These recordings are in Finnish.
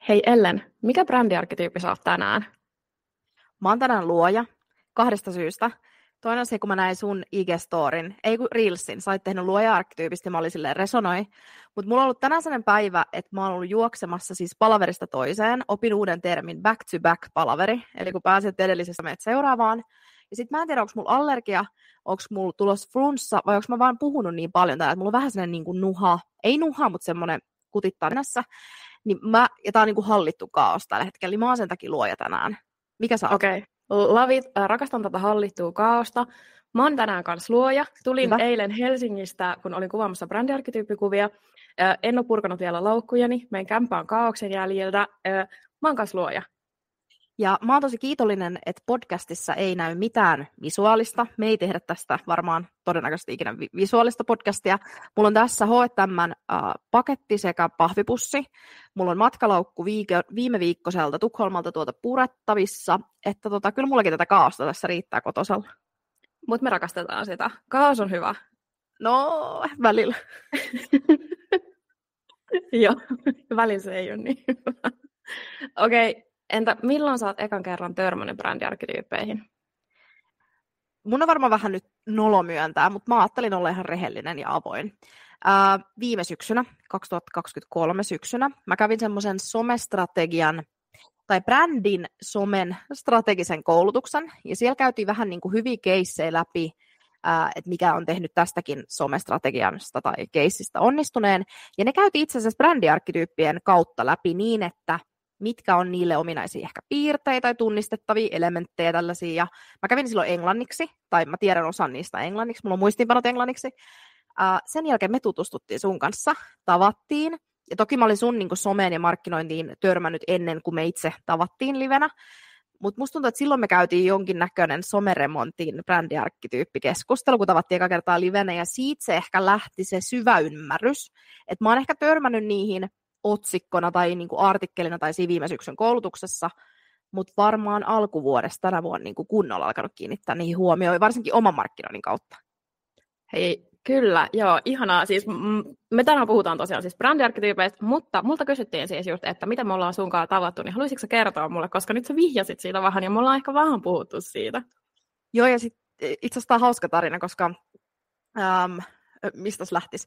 Hei Ellen, mikä brändiarkkityyppi sä oot tänään? Mä oon tänään luoja kahdesta syystä. Toinen on se, kun mä näin sun IG-storin, ei kun Reelsin, sä oot tehnyt luoja-arkkityypistä ja mä olin silleen resonoi. Mutta mulla on ollut tänään sellainen päivä, että mä oon ollut juoksemassa siis palaverista toiseen, opin uuden termin back-to-back-palaveri, eli kun pääset edellisestä menet seuraavaan. Ja sit mä en tiedä, onko mulla allergia, onko mulla tulossa flunssa, vai onko mä vaan puhunut niin paljon täällä, että mulla on vähän sellainen niin kuin nuha, ei nuha, mutta semmoinen kutittaa nenässä. Ja tää on niin kuin hallittu kaos tällä hetkellä, niin mä oon sen takia luoja tänään. Mikä sä oot? Okei, lavit, rakastan tätä hallittua kaaosta. Mä oon tänään kanssa luoja. Tulin Hyvä. eilen Helsingistä, kun olin kuvaamassa brändiarkkityyppikuvia. En ole purkanut vielä laukkujani. Meidän kämppä on kaaoksen jäljiltä. Mä oon kanssa luoja. Ja mä oon tosi kiitollinen, että podcastissa ei näy mitään visuaalista. Me ei tehdä tästä varmaan todennäköisesti ikinä visuaalista podcastia. Mulla on tässä H&M-paketti sekä pahvipussi. Mulla on matkalaukku viime viikkoiselta Tukholmalta tuolta purettavissa. Että kyllä mullakin tätä kaaosta tässä riittää kotosalla. Mutta me rakastetaan sitä. Kaos on hyvä. No, välillä. Joo, välillä se ei ole niin hyvä. Okei. Entä milloin sä oot ekan kerran törmännyt brändiarkkityyppeihin? Mun on varmaan vähän nyt nolo myöntää, mutta mä ajattelin olla ihan rehellinen ja avoin. Viime syksynä, 2023 syksynä, mä kävin semmoisen somestrategian tai brändin somen strategisen koulutuksen, ja siellä käytiin vähän niin kuin hyviä keissejä läpi, että mikä on tehnyt tästäkin somestrategiasta tai keissistä onnistuneen, ja ne käytiin itse asiassa brändiarkkityyppien kautta läpi niin, että mitkä on niille ominaisia ehkä piirteitä tai tunnistettavia elementtejä tällaisia. Ja mä kävin silloin englanniksi, tai mä tiedän osan niistä englanniksi, mulla on muistiinpanot englanniksi. Sen jälkeen me tutustuttiin sun kanssa, tavattiin. Ja toki mä olin sun niin kuin someen ja markkinointiin törmännyt ennen kuin me itse tavattiin livenä. Mutta musta tuntuu, että silloin me käytiin jonkinnäköinen someremontin brändiarkkityyppikeskustelu, kun tavattiin eka kertaa livenä. Ja siitä se ehkä lähti se syvä ymmärrys. Että mä oon ehkä törmännyt niihin otsikkona tai niin kuin artikkelina tai siinä viime syksyn koulutuksessa, mutta varmaan alkuvuodesta tänä vuonna niin kuin kunnolla alkanut kiinnittää niihin huomioon, varsinkin oman markkinoinnin kautta. Hei, kyllä, joo, ihanaa. Siis me tänään puhutaan tosiaan siis brändiarkkityypeistä, mutta multa kysyttiin siis just, että miten me ollaan sunkaan tavattu, niin haluaisitko sä kertoa mulle, koska nyt sä vihjasit siitä vähän, ja me ollaan ehkä vähän puhuttu siitä. Joo, ja sitten itse asiassa tämä on hauska tarina, koska mistä lähtisi?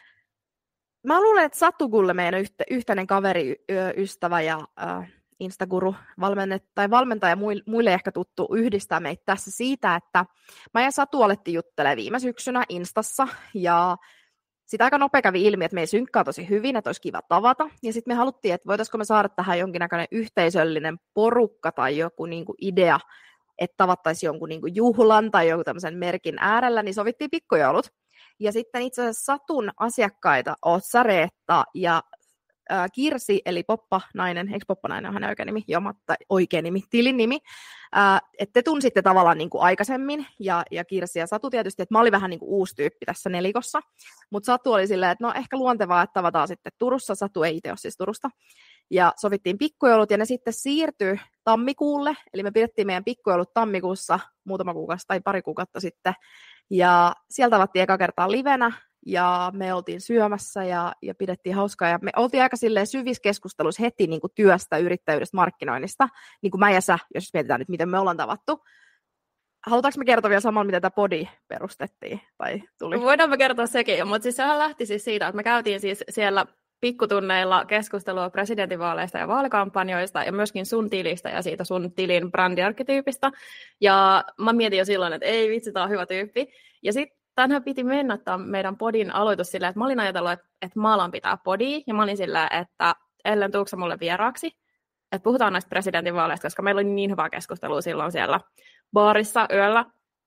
Mä luulen, että Satugulle meidän yhteinen kaveri, ystävä ja Instaguru valmentaja muille ehkä tuttu yhdistää meitä tässä siitä, että mä ja Satu alettiin juttelemaan viime syksynä Instassa ja sitä aika nopea kävi ilmi, että me ei synkkaa tosi hyvin, että olisi kiva tavata. Ja sitten me haluttiin, että voitaisiko me saada tähän jonkinnäköinen yhteisöllinen porukka tai joku niinku idea, että tavattaisiin jonkun niinku juhlan tai jonkun tämmöisen merkin äärellä, niin sovittiin pikkujoulut. Ja sitten itse asiassa Satun asiakkaita oot sä, Reetta, ja Kirsi, eli Poppa-nainen, eikö Poppa-nainen ole hänen oikea nimi, tilin nimi, että te tunsitte tavallaan niin kuin aikaisemmin, ja Kirsi ja Satu tietysti, että mä olin vähän niin kuin uusi tyyppi tässä nelikossa, mutta Satu oli silleen, että no ehkä luontevaa, että tavataan sitten Turussa, Satu ei itse ole siis Turusta, ja sovittiin pikkujoulut, ja ne sitten siirtyi tammikuulle, eli me pidettiin meidän pikkujoulut tammikuussa muutama kuukausi tai pari kuukautta sitten, ja sieltä tavattiin eka kertaa livenä, ja me oltiin syömässä ja pidettiin hauskaa, ja me oltiin aika silleen syvissä keskusteluissa heti niin kuin työstä, yrittäjyydestä, markkinoinnista, niin kuin mä ja sä, jos mietitään nyt, miten me ollaan tavattu. Halutaanko me kertoa vielä samalla, miten tämä podi perustettiin tai tuli? Voidaan me kertoa sekin, mutta siis sehän lähti siis siitä, että me käytiin siis siellä pikkutunneilla keskustelua presidentinvaaleista ja vaalikampanjoista ja myöskin sun tilistä ja siitä sun tilin brändiarkkityypistä. Ja mä mietin jo silloin, että ei vitsi, tää on hyvä tyyppi. Ja sitten tänään piti mennä meidän podin aloitus silleen, että mä olin ajatellut, että mä alan pitää podia. Ja mä olin silleen, että Ellen, tuutko mulle vieraaksi? Että puhutaan näistä presidentinvaaleista, koska meillä oli niin hyvää keskustelua silloin siellä baarissa yöllä.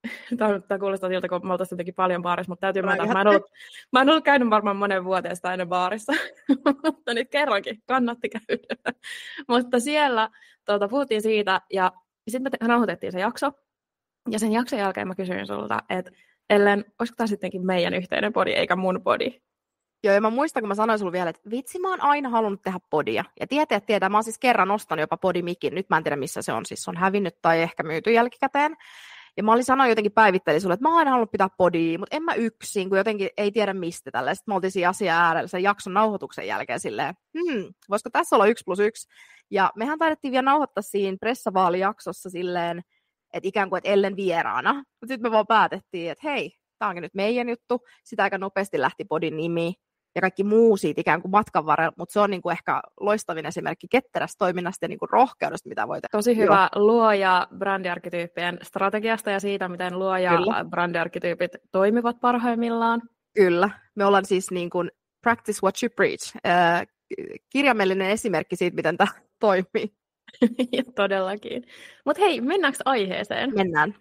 Tämä kuulostaa siltä, kun me oltaisiin jotenkin paljon baarissa, mutta täytyy myöntää, että mä en ollut käynyt varmaan monen vuoteen sitä ennen baarissa, mutta nyt kerrankin kannatti käydä. Mutta siellä puhuttiin siitä, ja sitten me nauhoitettiin se jakso, ja sen jakson jälkeen mä kysyin sulta, että Ellen, olisiko tämä sittenkin meidän yhteinen podi, eikä mun podi? Joo, ja mä muistan, kun mä sanoin sulle vielä, että vitsi, mä oon aina halunnut tehdä podia. Ja tietää, mä oon siis kerran ostanut jopa podimikin, nyt mä en tiedä missä se on, siis se on hävinnyt tai ehkä myyty jälkikäteen. Ja mä olin sanoa jotenkin päivittelin sulle, että mä oon aina halunnut pitää podia, mutta en mä yksin, kun jotenkin ei tiedä mistä tällä. Sitten me oltiin siinä asian äärellä sen jakson nauhoituksen jälkeen silleen, voisiko tässä olla 1+1? Ja mehän taidettiin vielä nauhoittaa siinä pressavaalijaksossa silleen, että ikään kuin, että Ellen vieraana. Mutta sitten me vaan päätettiin, että hei, tää onkin nyt meidän juttu. Sitä aika nopeasti lähti podin nimi ja kaikki muu siitä ikään kuin matkan varrella, mutta se on niin kuin ehkä loistavin esimerkki ketterästä toiminnasta ja niin kuin rohkeudesta, mitä voi tehdä. Tosi hyvä luoja brändiarkkityyppien strategiasta ja siitä, miten luoja brändiarkkityypit toimivat parhaimmillaan. Kyllä. Me ollaan siis niin kuin practice what you preach. Kirjaimellinen esimerkki siitä, miten tämä toimii. Todellakin. Mutta hei, mennäänkö aiheeseen? Mennään.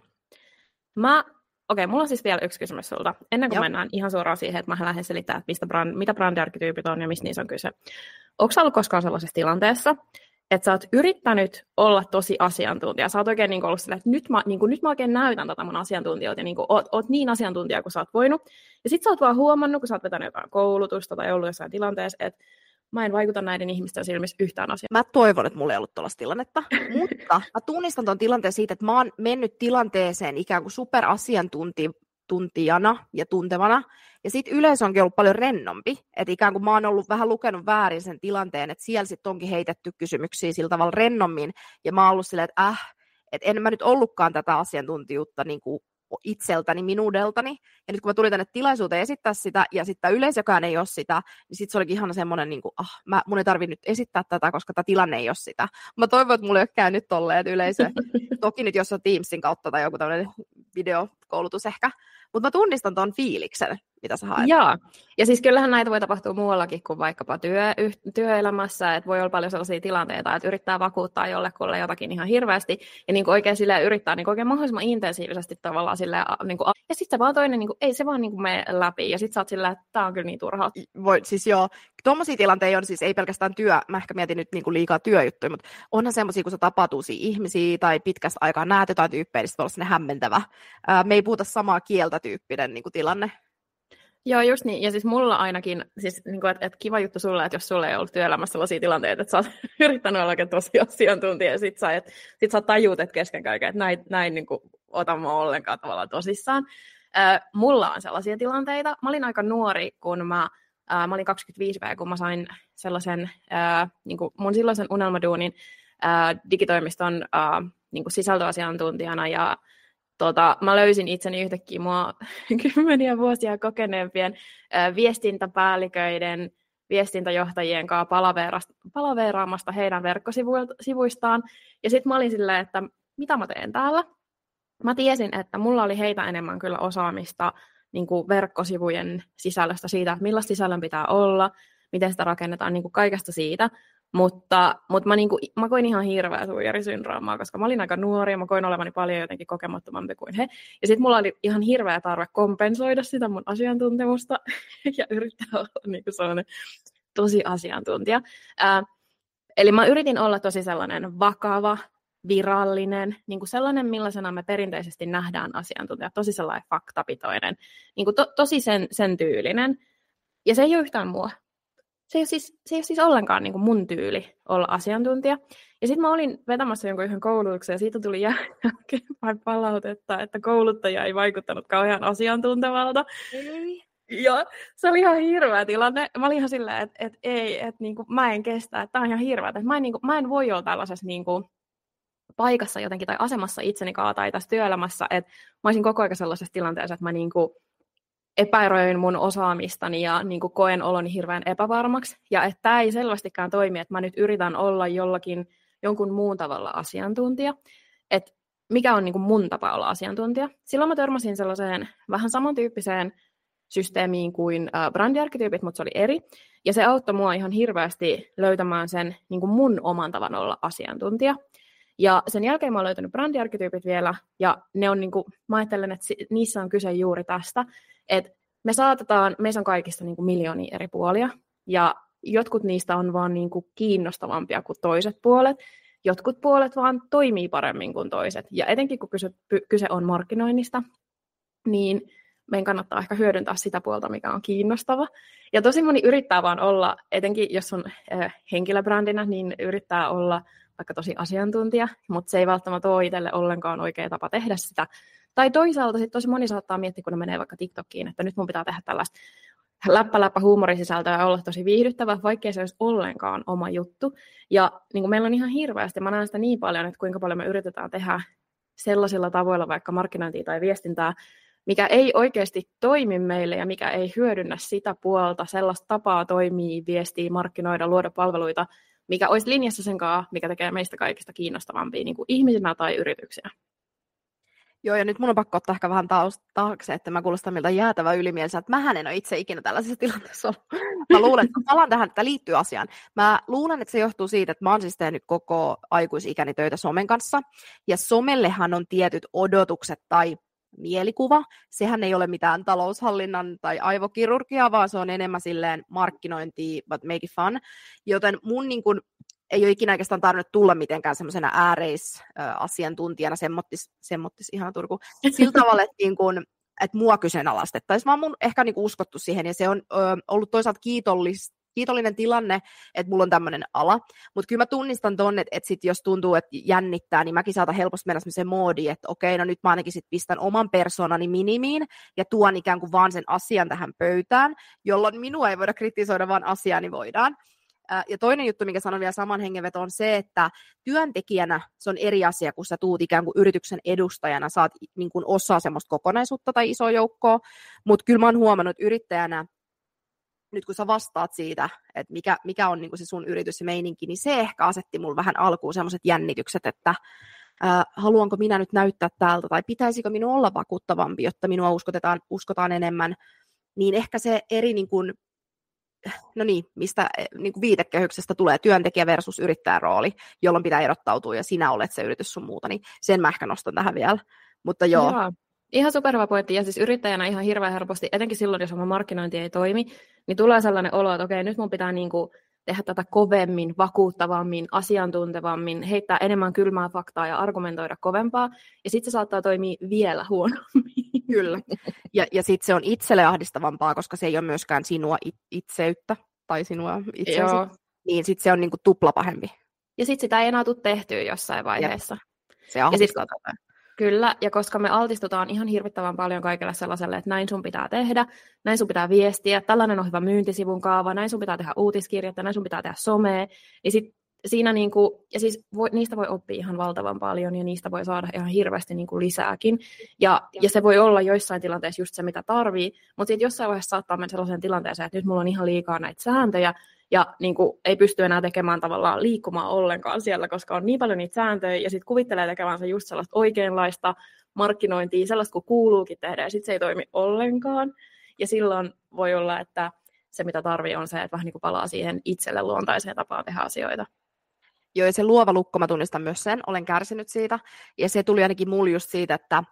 Okei, mulla on siis vielä yksi kysymys sulta. Ennen kuin mennään ihan suoraan siihen, että mä lähden selittämään, että mitä brändiarkkityypit on ja mistä niissä on kyse. Ootko sä ollut koskaan sellaisessa tilanteessa, että sä oot yrittänyt olla tosi asiantuntija? Sä oot oikein niin ollut silleen, että nyt mä oikein näytän tätä mun asiantuntijoita ja niin oot niin asiantuntija kuin sä oot voinut. Ja sit sä oot vaan huomannut, kun sä oot vetänyt jotain koulutusta tai ollut jossain tilanteessa, että mä en vaikuta näiden ihmisten silmissä yhtään asiaan. Mä toivon, että mulla ei ollut tuollaista tilannetta, mutta mä tunnistan tuon tilanteen siitä, että mä oon mennyt tilanteeseen ikään kuin superasiantuntijana ja tuntevana, ja sitten yleisö onkin ollut paljon rennompi, että ikään kuin mä oon ollut vähän lukenut väärin sen tilanteen, että siellä sitten onkin heitetty kysymyksiä sillä tavalla rennommin, ja mä oon ollut silleen, että en mä nyt ollutkaan tätä asiantuntijuutta niin kuin itseltäni, minuudeltani, ja nyt kun mä tulin tänne tilaisuuteen esittää sitä, ja sitten yleisökään ei ole sitä, niin sitten se olikin ihan semmoinen, niin kuin, mun ei tarvitse nyt esittää tätä, koska tämä tilanne ei ole sitä. Mä toivon, että mulla ei ole käynyt tolleen, että yleisö, toki nyt jos on Teamsin kautta tai joku tämmöinen videokoulutus ehkä, mutta mä tunnistan ton fiiliksen, mitä sä haet. Joo, ja siis kyllähän näitä voi tapahtua muuallakin kuin vaikkapa työelämässä, että voi olla paljon sellaisia tilanteita, että yrittää vakuuttaa jollekulle jotakin ihan hirveästi, ja niin kuin oikein silleen yrittää niin kuin oikein mahdollisimman intensiivisesti tavallaan silleen, niin kuin, ja sitten se vaan toinen, niin kuin, ei se vaan niin kuin mene läpi, ja sitten sä oot silleen, että tää on kyllä niin turhaa. Siis joo, tuommoisia tilanteita on siis ei pelkästään mä ehkä mietin nyt niin kuin liikaa työjuttuja, mutta onhan semmoisia, kun sä tapaat uusia ihmisiä, tai pitkästä aikaa näet jotain tyyppejä, niin se voi olla sinne hämmentävä. Me ei puhuta samaa kieltä tyyppinen niin kuin tilanne. Joo, just niin. Ja siis mulla ainakin, siis, niin kuin, että kiva juttu sulle, että jos sulle ei ollut työelämässä sellaisia tilanteita, että sä oot yrittänyt olla oikein tosi asiantuntija, ja sit sä tajuut, että kesken kaiken, että näin niin kuin, ota mä ollenkaan tavallaan tosissaan. Mulla on sellaisia tilanteita. Mä olin aika nuori, kun mä olin 25V, kun mä sain sellaisen niin kuin mun silloisen unelmaduunin digitoimiston niin kuin sisältöasiantuntijana, ja mä löysin itseni yhtäkkiä mua 10 vuosia kokeneempien viestintäpäälliköiden, viestintäjohtajien kanssa palaveeraamasta heidän verkkosivuistaan. Ja sitten mä olin silleen, että mitä mä teen täällä? Mä tiesin, että mulla oli heitä enemmän kyllä osaamista niin kuin verkkosivujen sisällöstä siitä, että millaista sisällön pitää olla, miten sitä rakennetaan, niin kuin kaikesta siitä. Mutta mä koin ihan hirveä suijarisyndroomaa, koska mä olin aika nuori ja mä koin olevani paljon jotenkin kokemattomampi kuin he. Ja sitten mulla oli ihan hirveä tarve kompensoida sitä mun asiantuntemusta ja yrittää olla niin kuin sellainen tosi asiantuntija. Eli mä yritin olla tosi sellainen vakava, virallinen, niin kuin sellainen, millaisena me perinteisesti nähdään asiantuntija, tosi sellainen faktapitoinen, niin kuin tosi sen tyylinen. Ja se ei ole yhtään mua. Se ei ole siis ollenkaan niin kuin mun tyyli olla asiantuntija. Ja sitten mä olin vetämässä jonkun yhden koulutuksen, ja siitä tuli jälkeenpäin palautetta, että kouluttaja ei vaikuttanut kauhean asiantuntevalta. Ei. Ja se oli ihan hirveä tilanne. Mä olin ihan silleen, että ei, että niin kuin, mä en kestä, että tää on ihan hirveä. Että mä en voi olla tällaisessa niin kuin, paikassa jotenkin tai asemassa itseni kanssa tai tässä työelämässä, että mä olisin koko ajan sellaisessa tilanteessa, että mä niin kuin, epäröin mun osaamistani ja niin kuin koen oloni hirveän epävarmaksi. Ja että tämä ei selvästikään toimi, että mä nyt yritän olla jonkun muun tavalla asiantuntija. Että mikä on niin kuin mun tapa olla asiantuntija. Silloin mä törmäsin sellaiseen vähän samantyyppiseen systeemiin kuin brändiarkkityypit, mutta se oli eri. Ja se auttoi mua ihan hirveästi löytämään sen niin kuin mun oman tavan olla asiantuntija. Ja sen jälkeen mä oon löytänyt brändiarkkityypit vielä, ja ne on niin kuin, mä ajattelen, että niissä on kyse juuri tästä, että meissä on kaikista niin kuin miljoonia eri puolia, ja jotkut niistä on vaan niin kuin kiinnostavampia kuin toiset puolet, jotkut puolet vaan toimii paremmin kuin toiset, ja etenkin kun kyse on markkinoinnista, niin meidän kannattaa ehkä hyödyntää sitä puolta, mikä on kiinnostava. Ja tosi moni yrittää vaan olla, etenkin jos on henkilöbrändinä, niin yrittää olla vaikka tosi asiantuntija, mutta se ei välttämättä ole itselle ollenkaan oikea tapa tehdä sitä. Tai toisaalta sitten tosi moni saattaa miettiä, kun ne menee vaikka TikTokiin, että nyt mun pitää tehdä tällaista läppä huumorisisältöä ja olla tosi viihdyttävä, vaikkei se olisi ollenkaan oma juttu. Ja niin kuin meillä on ihan hirveästi, mä näen sitä niin paljon, että kuinka paljon me yritetään tehdä sellaisilla tavoilla vaikka markkinointia tai viestintää, mikä ei oikeasti toimi meille ja mikä ei hyödynnä sitä puolta, sellaista tapaa toimia, viestiä, markkinoida, luoda palveluita, mikä olisi linjassa sen kanssa, mikä tekee meistä kaikista kiinnostavampia niin kuin ihmisinä tai yrityksinä. Joo, ja nyt mun on pakko ottaa ehkä vähän taakse, että mä kuulostan miltä jäätävä ylimielisenä, että mähän en ole itse ikinä tällaisessa tilanteessa ollut. Mä luulen, että palaan tähän, että liittyy asiaan. Mä luulen, että se johtuu siitä, että mä oon siis tehnyt koko aikuisikäni töitä somen kanssa, ja somellehan on tietyt odotukset tai mielikuva. Sehän ei ole mitään taloushallinnan tai aivokirurgiaa, vaan se on enemmän silleen markkinointia, but make it fun. Joten mun niin kun ei ole ikinä oikeastaan tarvinnut tulla mitenkään semmoisena ääreisasiantuntijana, semmottis ihan Turku, sillä tavalla, että, niin kun, että mua kyseenalaistettaisiin, vaan mun ehkä niin kun uskottu siihen, ja se on ollut toisaalta kiitollinen tilanne, että mulla on tämmöinen ala, mutta kyllä mä tunnistan tonne, että sit jos tuntuu, että jännittää, niin mäkin saatan helposti mennä semmoiseen moodiin, että okei, no nyt mä ainakin sit pistän oman persoonani minimiin ja tuon ikään kuin vaan sen asian tähän pöytään, jolloin minua ei voida kritisoida, vaan asiaani voidaan. Ja toinen juttu, minkä sanon vielä saman hengenveto, on se, että työntekijänä se on eri asia, kun sä tuut ikään kuin yrityksen edustajana, saat niin kuin osa semmoista kokonaisuutta tai isoa joukkoa, mutta kyllä mä oon huomannut yrittäjänä, nyt kun sä vastaat siitä, että mikä on niin kuin se sun yritys ja meininki, niin se ehkä asetti mulle vähän alkuun semmoiset jännitykset, että haluanko minä nyt näyttää täältä, tai pitäisikö minun olla vakuuttavampi, jotta minua uskotaan enemmän, niin ehkä se eri niin kuin, no niin, mistä niin kuin viitekehyksestä tulee työntekijä versus yrittäjän rooli, jolloin pitää erottautua ja sinä olet se yritys sun muuta, niin sen mä ehkä nostan tähän vielä. Mutta joo. Ihan superhyvä pointti, ja siis yrittäjänä ihan hirveän helposti, etenkin silloin, jos oma markkinointi ei toimi, niin tulee sellainen olo, että okei, nyt mun pitää niinku tehdä tätä kovemmin, vakuuttavammin, asiantuntevammin, heittää enemmän kylmää faktaa ja argumentoida kovempaa, ja sitten se saattaa toimia vielä huonommin. Kyllä, ja sitten se on itselle ahdistavampaa, koska se ei ole myöskään sinua itseyttä, tai sinua itseäsi, niin sitten se on niinku tupla pahempi. Ja sitten sitä ei enää tule tehtyä jossain vaiheessa. Jep. Se ahdistaa tätä. Kyllä, ja koska me altistutaan ihan hirvittävän paljon kaikille sellaiselle, että näin sun pitää tehdä, näin sun pitää viestiä, tällainen on hyvä myyntisivun kaava, näin sun pitää tehdä uutiskirjettä, näin sun pitää tehdä somea, niin sit siinä niinku, ja siis niistä voi oppia ihan valtavan paljon, ja niistä voi saada ihan hirveästi niinku lisääkin, ja se voi olla joissain tilanteissa just se, mitä tarvii, mutta sitten jossain vaiheessa saattaa mennä sellaiseen tilanteeseen, että nyt mulla on ihan liikaa näitä sääntöjä, ja niin kuin, ei pysty enää tekemään tavallaan liikkumaan ollenkaan siellä, koska on niin paljon niitä sääntöjä, ja sitten kuvittelee tekevänsä just sellaista oikeanlaista markkinointia, sellaista kuin kuuluukin tehdä, ja sitten se ei toimi ollenkaan. Ja silloin voi olla, että se mitä tarvii on se, että vähän niin kuin palaa siihen itselle luontaiseen tapaan tehdä asioita. Joo, ja se luova lukko, mä tunnistan myös sen, olen kärsinyt siitä, ja se tuli ainakin mulle just siitä, että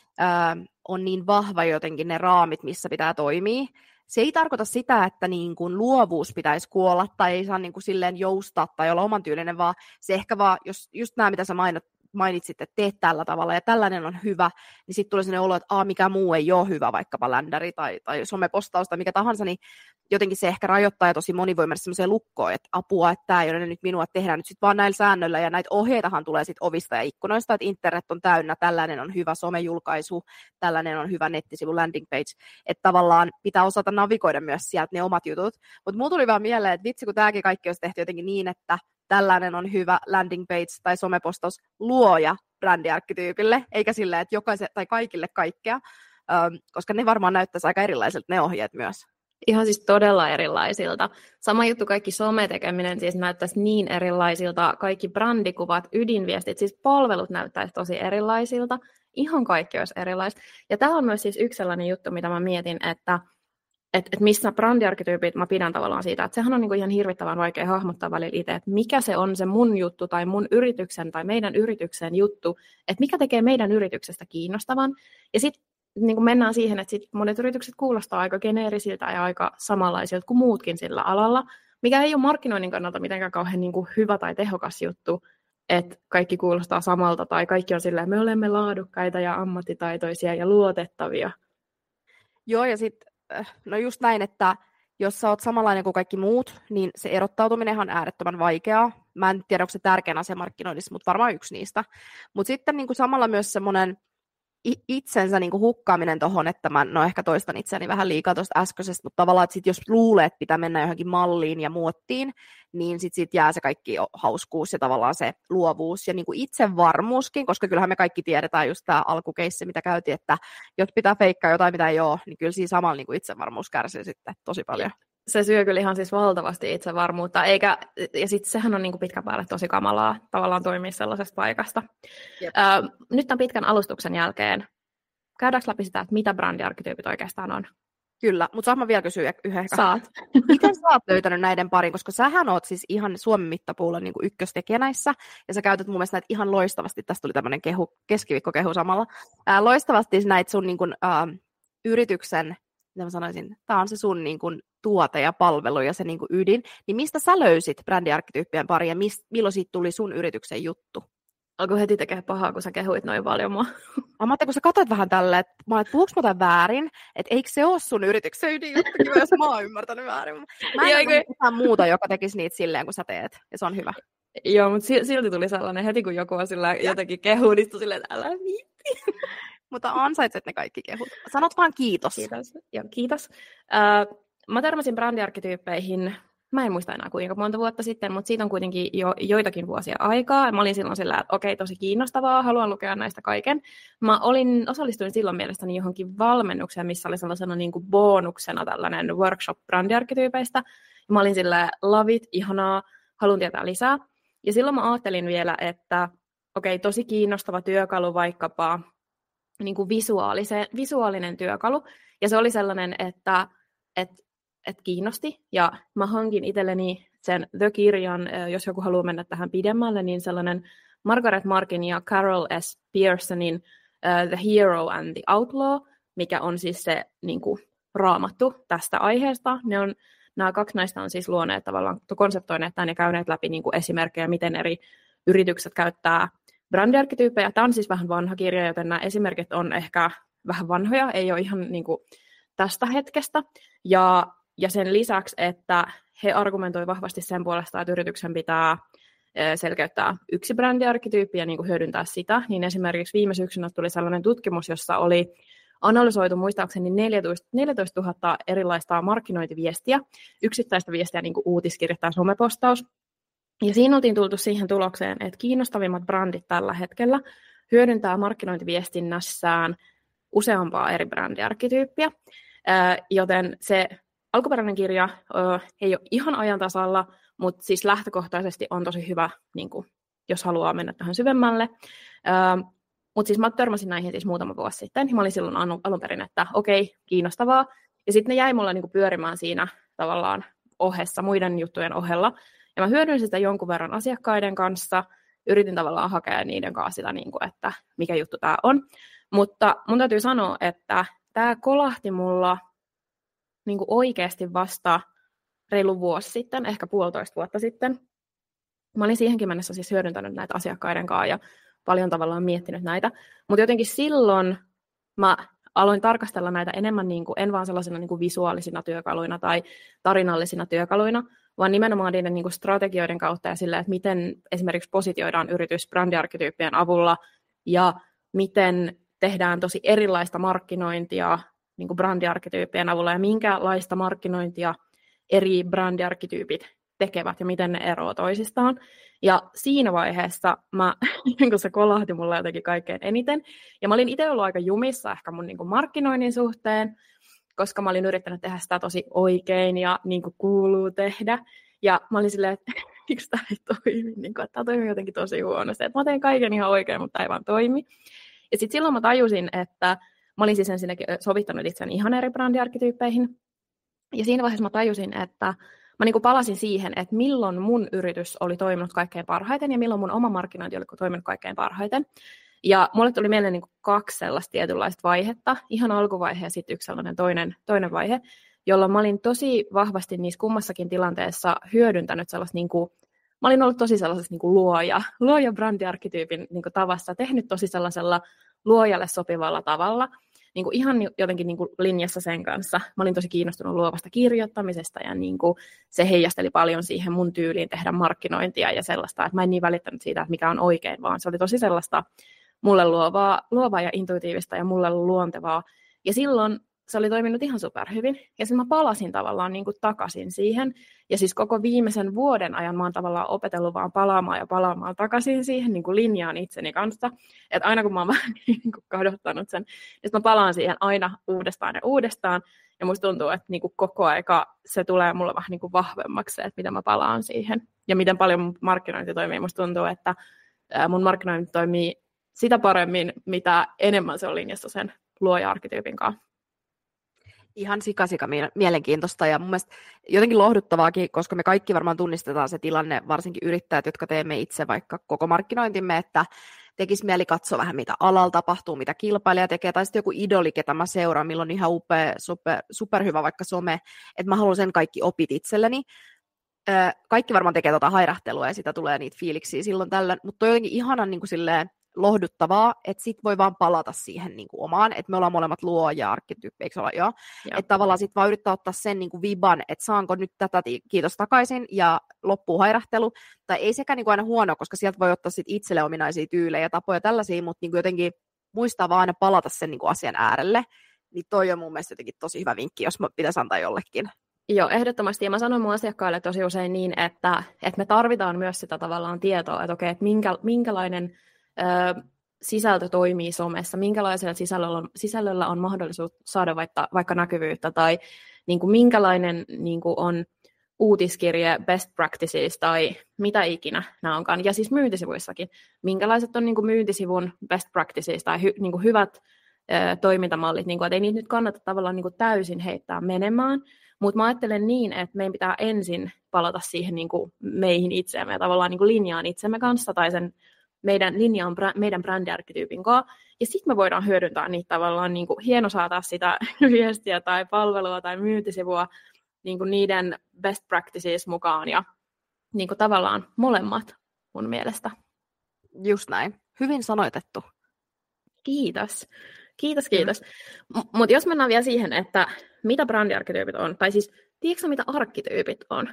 on niin vahva jotenkin ne raamit, missä pitää toimia. Se ei tarkoita sitä, että niin kuin luovuus pitäisi kuolla tai ei saa niin kuin silleen joustaa tai olla oman tyylinen, vaan se ehkä vaan, jos just nämä, mitä sä mainitsit, että teet tällä tavalla ja tällainen on hyvä, niin sitten tulee sellainen olo, että mikä muu ei ole hyvä, vaikkapa ländäri tai somepostaus tai mikä tahansa, niin jotenkin se ehkä rajoittaa ja tosi moni voi mennä semmoiseen lukkoon, että apua, että tämä ei ole nyt minua, että tehdään nyt sitten vaan näillä säännöillä ja näitä ohjeitahan tulee sitten ovista ja ikkunoista, että internet on täynnä, tällainen on hyvä somejulkaisu, tällainen on hyvä nettisivu, landing page, että tavallaan pitää osata navigoida myös sieltä ne omat jutut, mutta mulla tuli vaan mieleen, että vitsi kun tämäkin kaikki olisi tehty jotenkin niin, että tällainen on hyvä landing page tai somepostaus luoja brändiarkkityypille, eikä silleen, että jokaisen tai kaikille kaikkea, koska ne varmaan näyttäisi aika erilaisilta ne ohjeet myös. Ihan siis todella erilaisilta. Sama juttu kaikki sometekeminen siis näyttäisi niin erilaisilta, kaikki brändikuvat, ydinviestit, siis palvelut näyttäisi tosi erilaisilta, ihan kaikki olisi erilaista. Ja tämä on myös siis yksi sellainen juttu, mitä mä mietin, että missä brändiarkkityypit, mä pidän tavallaan siitä, että sehän on niinku ihan hirvittävän vaikea hahmottaa välillä itse, että mikä se on se mun juttu tai mun yrityksen tai meidän yrityksen juttu, että mikä tekee meidän yrityksestä kiinnostavan. Ja sitten niin mennään siihen, että sit monet yritykset kuulostaa aika geneerisiltä ja aika samanlaisilta kuin muutkin sillä alalla, mikä ei ole markkinoinnin kannalta mitenkään kauhean niin kuin hyvä tai tehokas juttu, että kaikki kuulostaa samalta tai kaikki on silleen, me olemme laadukkaita ja ammattitaitoisia ja luotettavia. Joo, ja sitten no just näin, että jos sä oot samanlainen kuin kaikki muut, niin se erottautuminen on äärettömän vaikeaa. Mä en tiedä, onko se tärkeä asia markkinoinnissa, mutta varmaan yksi niistä. Mutta sitten niin kuin samalla myös semmoinen itsensä niin kuin hukkaaminen tohon, että mä ehkä toistan itseäni vähän liikaa tuosta äskeisestä, mutta tavallaan, että sit jos luulee, että pitää mennä johonkin malliin ja muottiin, niin sit jää se kaikki hauskuus ja tavallaan se luovuus ja niin kuin itsevarmuuskin, koska kyllähän me kaikki tiedetään just tämä alkukeissi, mitä käytiin, että jos pitää feikkaa jotain, mitä ei ole, niin kyllä siinä samalla niin kuin itsevarmuus kärsii sitten tosi paljon. Se syö kyllä ihan siis valtavasti itsevarmuutta, ja sitten sehän on niinku pitkän päälle tosi kamalaa tavallaan toimia sellaisesta paikasta. Nyt tämän pitkän alustuksen jälkeen käydäänkö läpi sitä, että mitä brändiarkkityypit oikeastaan on? Kyllä, mutta saan mä vielä kysyä yhden. Saat. Miten sä oot löytänyt näiden parin, koska sähän oot siis ihan Suomen mittapuulla niin kuin ykköstekijä näissä, ja sä käytät mun mielestä näitä ihan loistavasti, tästä tuli tämmöinen keskiviikkokehu samalla, loistavasti näitä sun niin kuin, yrityksen, mitä mä sanoisin, tää on se sun niin kuin, tuote ja palvelu ja se niin kuin, ydin, niin mistä sä löysit brändiarkkityyppien pari, ja milloin siitä tuli sun yrityksen juttu? Alkoi heti tekemään pahaa, kun sä kehuit noin paljon mua. Mä ajattelin, kun sä katsoit vähän tälleen, että puhuuko mä tämän väärin, että eikö se ole sun yrityksen ydinjuttukin, jos mä oon ymmärtänyt väärin. Mä en ole mitään muuta, joka tekisi niitä silleen, kun sä teet, ja se on hyvä. Joo, mutta silti tuli sellainen, heti kun joku on sillä jotenkin kehudistui silleen, että älä viitti. Mutta ansaitset ne kaikki kehut. Sanot vaan kiitos. Kiitos. Joo, kiitos. Mä törmäsin brändiarkkityyppeihin, mä en muista enää kuinka monta vuotta sitten, mutta siitä on kuitenkin jo joitakin vuosia aikaa. Mä olin silloin sillä, että okei, tosi kiinnostavaa, haluan lukea näistä kaiken. Mä osallistuin silloin mielestäni johonkin valmennukseen, missä oli sellaisena niin kuin bonuksena tällainen workshop brändiarkkityypeistä. Mä olin sillä, love it, ihanaa, haluan tietää lisää. Ja silloin mä ajattelin vielä, että okei, tosi kiinnostava työkalu vaikkapa niin kuin visuaalinen työkalu. Ja se oli sellainen, että kiinnosti, ja mä hankin itselleni sen The-kirjan, jos joku haluaa mennä tähän pidemmälle, niin sellainen Margaret Markin ja Carol S. Pearsonin The Hero and the Outlaw, mikä on siis se niin kuin, raamattu tästä aiheesta. Nämä kaksi näistä on siis luoneet tavallaan, konseptoineet tämän ja käyneet läpi niin kuin esimerkkejä, miten eri yritykset käyttää brändiarkkityyppejä. Tämä on siis vähän vanha kirja, joten nämä esimerkit on ehkä vähän vanhoja, ei ole ihan niin kuin tästä hetkestä. Ja sen lisäksi, että he argumentoi vahvasti sen puolesta, että yrityksen pitää selkeyttää yksi brändiarkkityyppi ja niin kuin hyödyntää sitä, niin esimerkiksi viime syksynä tuli sellainen tutkimus, jossa oli analysoitu muistaakseni 14 000 erilaista markkinointiviestiä, yksittäistä viestiä, niin kuin uutiskirja tai somepostaus. Ja siinä oltiin tultu siihen tulokseen, että kiinnostavimmat brändit tällä hetkellä hyödyntää markkinointiviestinnässään useampaa eri brändiarkkityyppiä, joten se alkuperäinen kirja ei ole ihan ajan tasalla, mutta siis lähtökohtaisesti on tosi hyvä, niin kuin, jos haluaa mennä tähän syvemmälle. Mutta siis mä törmäsin näihin siis muutama vuosi sitten. Mä olin silloin alun perin, että okei, kiinnostavaa. Ja sitten ne jäi mulla niin kuin pyörimään siinä tavallaan ohessa, muiden juttujen ohella. Ja mä hyödyin sitä jonkun verran asiakkaiden kanssa. Yritin tavallaan hakea niiden kanssa sitä, niin kuin, että mikä juttu tämä on. Mutta mun täytyy sanoa, että tämä kolahti mulla niin kuin oikeasti vasta reilu vuosi sitten, ehkä 1,5 vuotta sitten. Mä olin siihenkin mennessä siis hyödyntänyt näitä asiakkaiden kanssa ja paljon tavallaan miettinyt näitä. Mutta jotenkin silloin mä aloin tarkastella näitä enemmän, niin kuin, en vaan sellaisina niin kuin visuaalisina työkaluina tai tarinallisina työkaluina, vaan nimenomaan niiden niin kuin strategioiden kautta ja sillä, että miten esimerkiksi positioidaan yritys brändiarkkityyppien avulla ja miten tehdään tosi erilaista markkinointia niin kuin brändiarkkityyppien avulla ja minkälaista markkinointia eri brändiarkkityypit tekevät ja miten ne eroavat toisistaan. Ja siinä vaiheessa kun se kolahti mulle jotenkin kaikkein eniten. Ja mä olin itse ollut aika jumissa ehkä mun niin kuin markkinoinnin suhteen, koska mä olin yrittänyt tehdä sitä tosi oikein ja niin kuin kuuluu tehdä. Ja mä olin silleen, että miksi tämä ei toimi, niin kuin, että tämä toimii jotenkin tosi huonosti. Että mä teen kaiken ihan oikein, mutta ei vaan toimi. Ja sitten silloin mä tajusin, että mä olin siis ensinnäkin sovittanut itseäni ihan eri brändiarkkityyppeihin. Ja siinä vaiheessa mä tajusin, että mä niin kuin palasin siihen, että milloin mun yritys oli toiminut kaikkein parhaiten ja milloin mun oma markkinointi oli toiminut kaikkein parhaiten. Ja mulle tuli mieleen niin kuin 2 sellaista tietynlaista vaihetta, ihan alkuvaihe ja sitten yksi sellainen toinen vaihe, jolloin mä olin tosi vahvasti niissä kummassakin tilanteessa hyödyntänyt sellaista, niin kuin, mä olin ollut tosi sellaisessa niin kuin luoja brändiarkkityypin niin kuin tavassa, tehnyt tosi sellaisella luojalle sopivalla tavalla, niin kuin ihan jotenkin niin kuin linjassa sen kanssa. Mä olin tosi kiinnostunut luovasta kirjoittamisesta ja niin kuin se heijasteli paljon siihen mun tyyliin tehdä markkinointia ja sellaista, että mä en niin välittänyt siitä, että mikä on oikein, vaan se oli tosi sellaista mulle luovaa ja intuitiivista ja mulle luontevaa. Ja silloin se oli toiminut ihan superhyvin. Ja sitten mä palasin tavallaan niin kuin takaisin siihen. Ja siis koko viimeisen vuoden ajan mä oon tavallaan opetellut vaan palaamaan ja palaamaan takaisin siihen niin kuin linjaan itseni kanssa. Että aina kun mä oon vähän niin kuin kadottanut sen, niin mä palaan siihen aina uudestaan ja uudestaan. Ja musta tuntuu, että niin kuin koko aika se tulee mulle vähän niin kuin vahvemmaksi, että miten mä palaan siihen. Ja miten paljon mun markkinointi toimii. Musta tuntuu, että mun markkinointi toimii sitä paremmin, mitä enemmän se on linjassa sen luoja-arkkityypin kanssa. Ihan sikasika mielenkiintoista ja mun mielestä jotenkin lohduttavaakin, koska me kaikki varmaan tunnistetaan se tilanne, varsinkin yrittäjät, jotka teemme itse vaikka koko markkinointimme, että tekisi mieli katsoa vähän, mitä alalla tapahtuu, mitä kilpailija tekee, tai sitten joku idoli, ketä mä seuraan, milloin on ihan upea, superhyvä vaikka some, että mä haluan sen kaikki opit itselleni. Kaikki varmaan tekee hairahtelua ja sitä tulee niitä fiiliksiä silloin tällöin, mutta on jotenkin ihanan niin kuin silleen lohduttavaa, että sit voi vaan palata siihen niin kuin omaan, että me ollaan molemmat luoja arkkityyppi, eikö olla joo? Että tavallaan sit vaan yrittää ottaa sen niin kuin viban, että saanko nyt tätä kiitos takaisin ja loppuu hairahtelu, tai ei sekään niin kuin aina huono, koska sieltä voi ottaa sit itselle ominaisia tyylejä, tapoja tällaisia, mutta niin kuin jotenkin muistaa vaan aina palata sen niin kuin asian äärelle, niin toi on mun mielestä jotenkin tosi hyvä vinkki, jos pitäisi antaa jollekin. Joo, ehdottomasti. Ja mä sanon mun asiakkaille tosi usein niin, että me tarvitaan myös sitä tavallaan tietoa, että okei, että minkälainen sisältö toimii somessa, minkälaisella sisällöllä on mahdollisuus saada vaikka näkyvyyttä, tai niin kuin minkälainen niin kuin on uutiskirje best practices, tai mitä ikinä nämä onkaan. Ja siis myyntisivuissakin, minkälaiset on niin kuin myyntisivun best practices, tai niin kuin hyvät toimintamallit, niin kuin, että ei niitä nyt kannata tavallaan niin kuin täysin heittää menemään, mutta mä ajattelen niin, että meidän pitää ensin palata siihen niin kuin meihin itseemme ja tavallaan niin kuin linjaan itsemme kanssa tai sen meidän linjaan meidän brändiarkkityypin kanssa. Ja sitten me voidaan hyödyntää niitä tavallaan niin kuin hienosaataa sitä viestiä tai palvelua tai myyntisivua niin kuin niiden best practices mukaan ja niin kuin tavallaan molemmat mun mielestä. Just näin. Hyvin sanoitettu. Kiitos. Kiitos. Mutta jos mennään vielä siihen, että mitä brändiarkkityypit on, tai siis tiedätkö mitä arkkityypit on?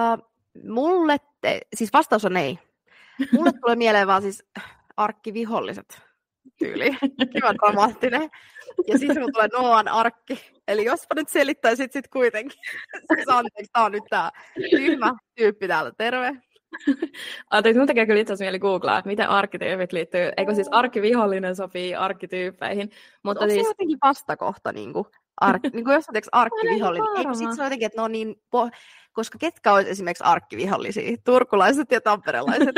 Siis vastaus on ei. Mulle tulee mieleen vaan siis arkkiviholliset tyyli. Kiva dramaattinen. Ja siis mulle tulee Noan arkki. Eli jospa nyt selittäisit sit kuitenkin. Siis anteeksi, tää on nyt tää tyhmä tyyppi täällä, terve. Ajattelin, mun tekee kyllä itse asiassa mieli googlaa, että miten arkkityypit liittyy. Eikö siis arkkivihollinen sopii arkkityyppeihin? Mutta siis se jotenkin vastakohta, niin kuin jos on arkkivihollinen. Eikö sit se on jotenkin, että ne on niin... Koska ketkä olisi esimerkiksi arkkivihollisia? Turkulaiset ja tamperelaiset.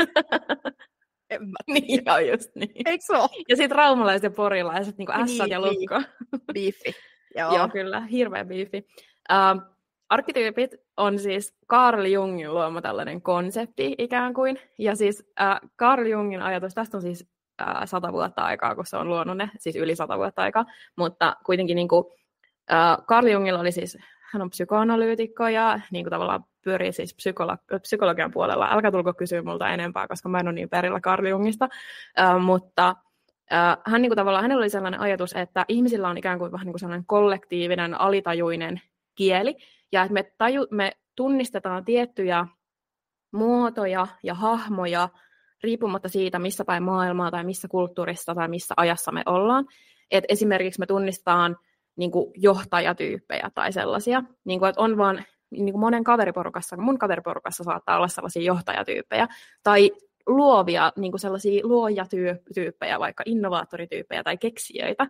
Niin on just niin. Eikö se ole? Ja sitten raumalaiset ja porilaiset, niin kuin Ässät ja Lukko. Biifi. Joo, kyllä. Hirveä biifi. Arkkityypit on siis Carl Jungin luoma tällainen konsepti ikään kuin. Ja siis Carl Jungin ajatus, tästä on siis 100 vuotta aikaa, kun se on luonut ne, siis yli 100 vuotta aikaa. Mutta kuitenkin niin kuin, Carl Jungilla oli siis, hän on psykoanalyytikko ja niin kuin tavallaan pyörii siis psykologian puolella. Älkää tulko kysyä multa enempää, koska mä en ole niin perillä Carl Jungista. Mutta hän niin kuin tavallaan, hänellä oli sellainen ajatus, että ihmisillä on ikään kuin vähän niin kuin sellainen kollektiivinen, alitajuinen kieli, ja että me tunnistetaan tiettyjä muotoja ja hahmoja riippumatta siitä, missä päin maailmaa tai missä kulttuurissa tai missä ajassa me ollaan. Et esimerkiksi me tunnistetaan niin kuin johtajatyyppejä tai sellaisia, niin kuin, että on vaan niin kuin mun kaveriporukassa saattaa olla sellaisia johtajatyyppejä, tai luovia, niin kuin sellaisia luojatyyppejä, vaikka innovaattorityyppejä tai keksijöitä,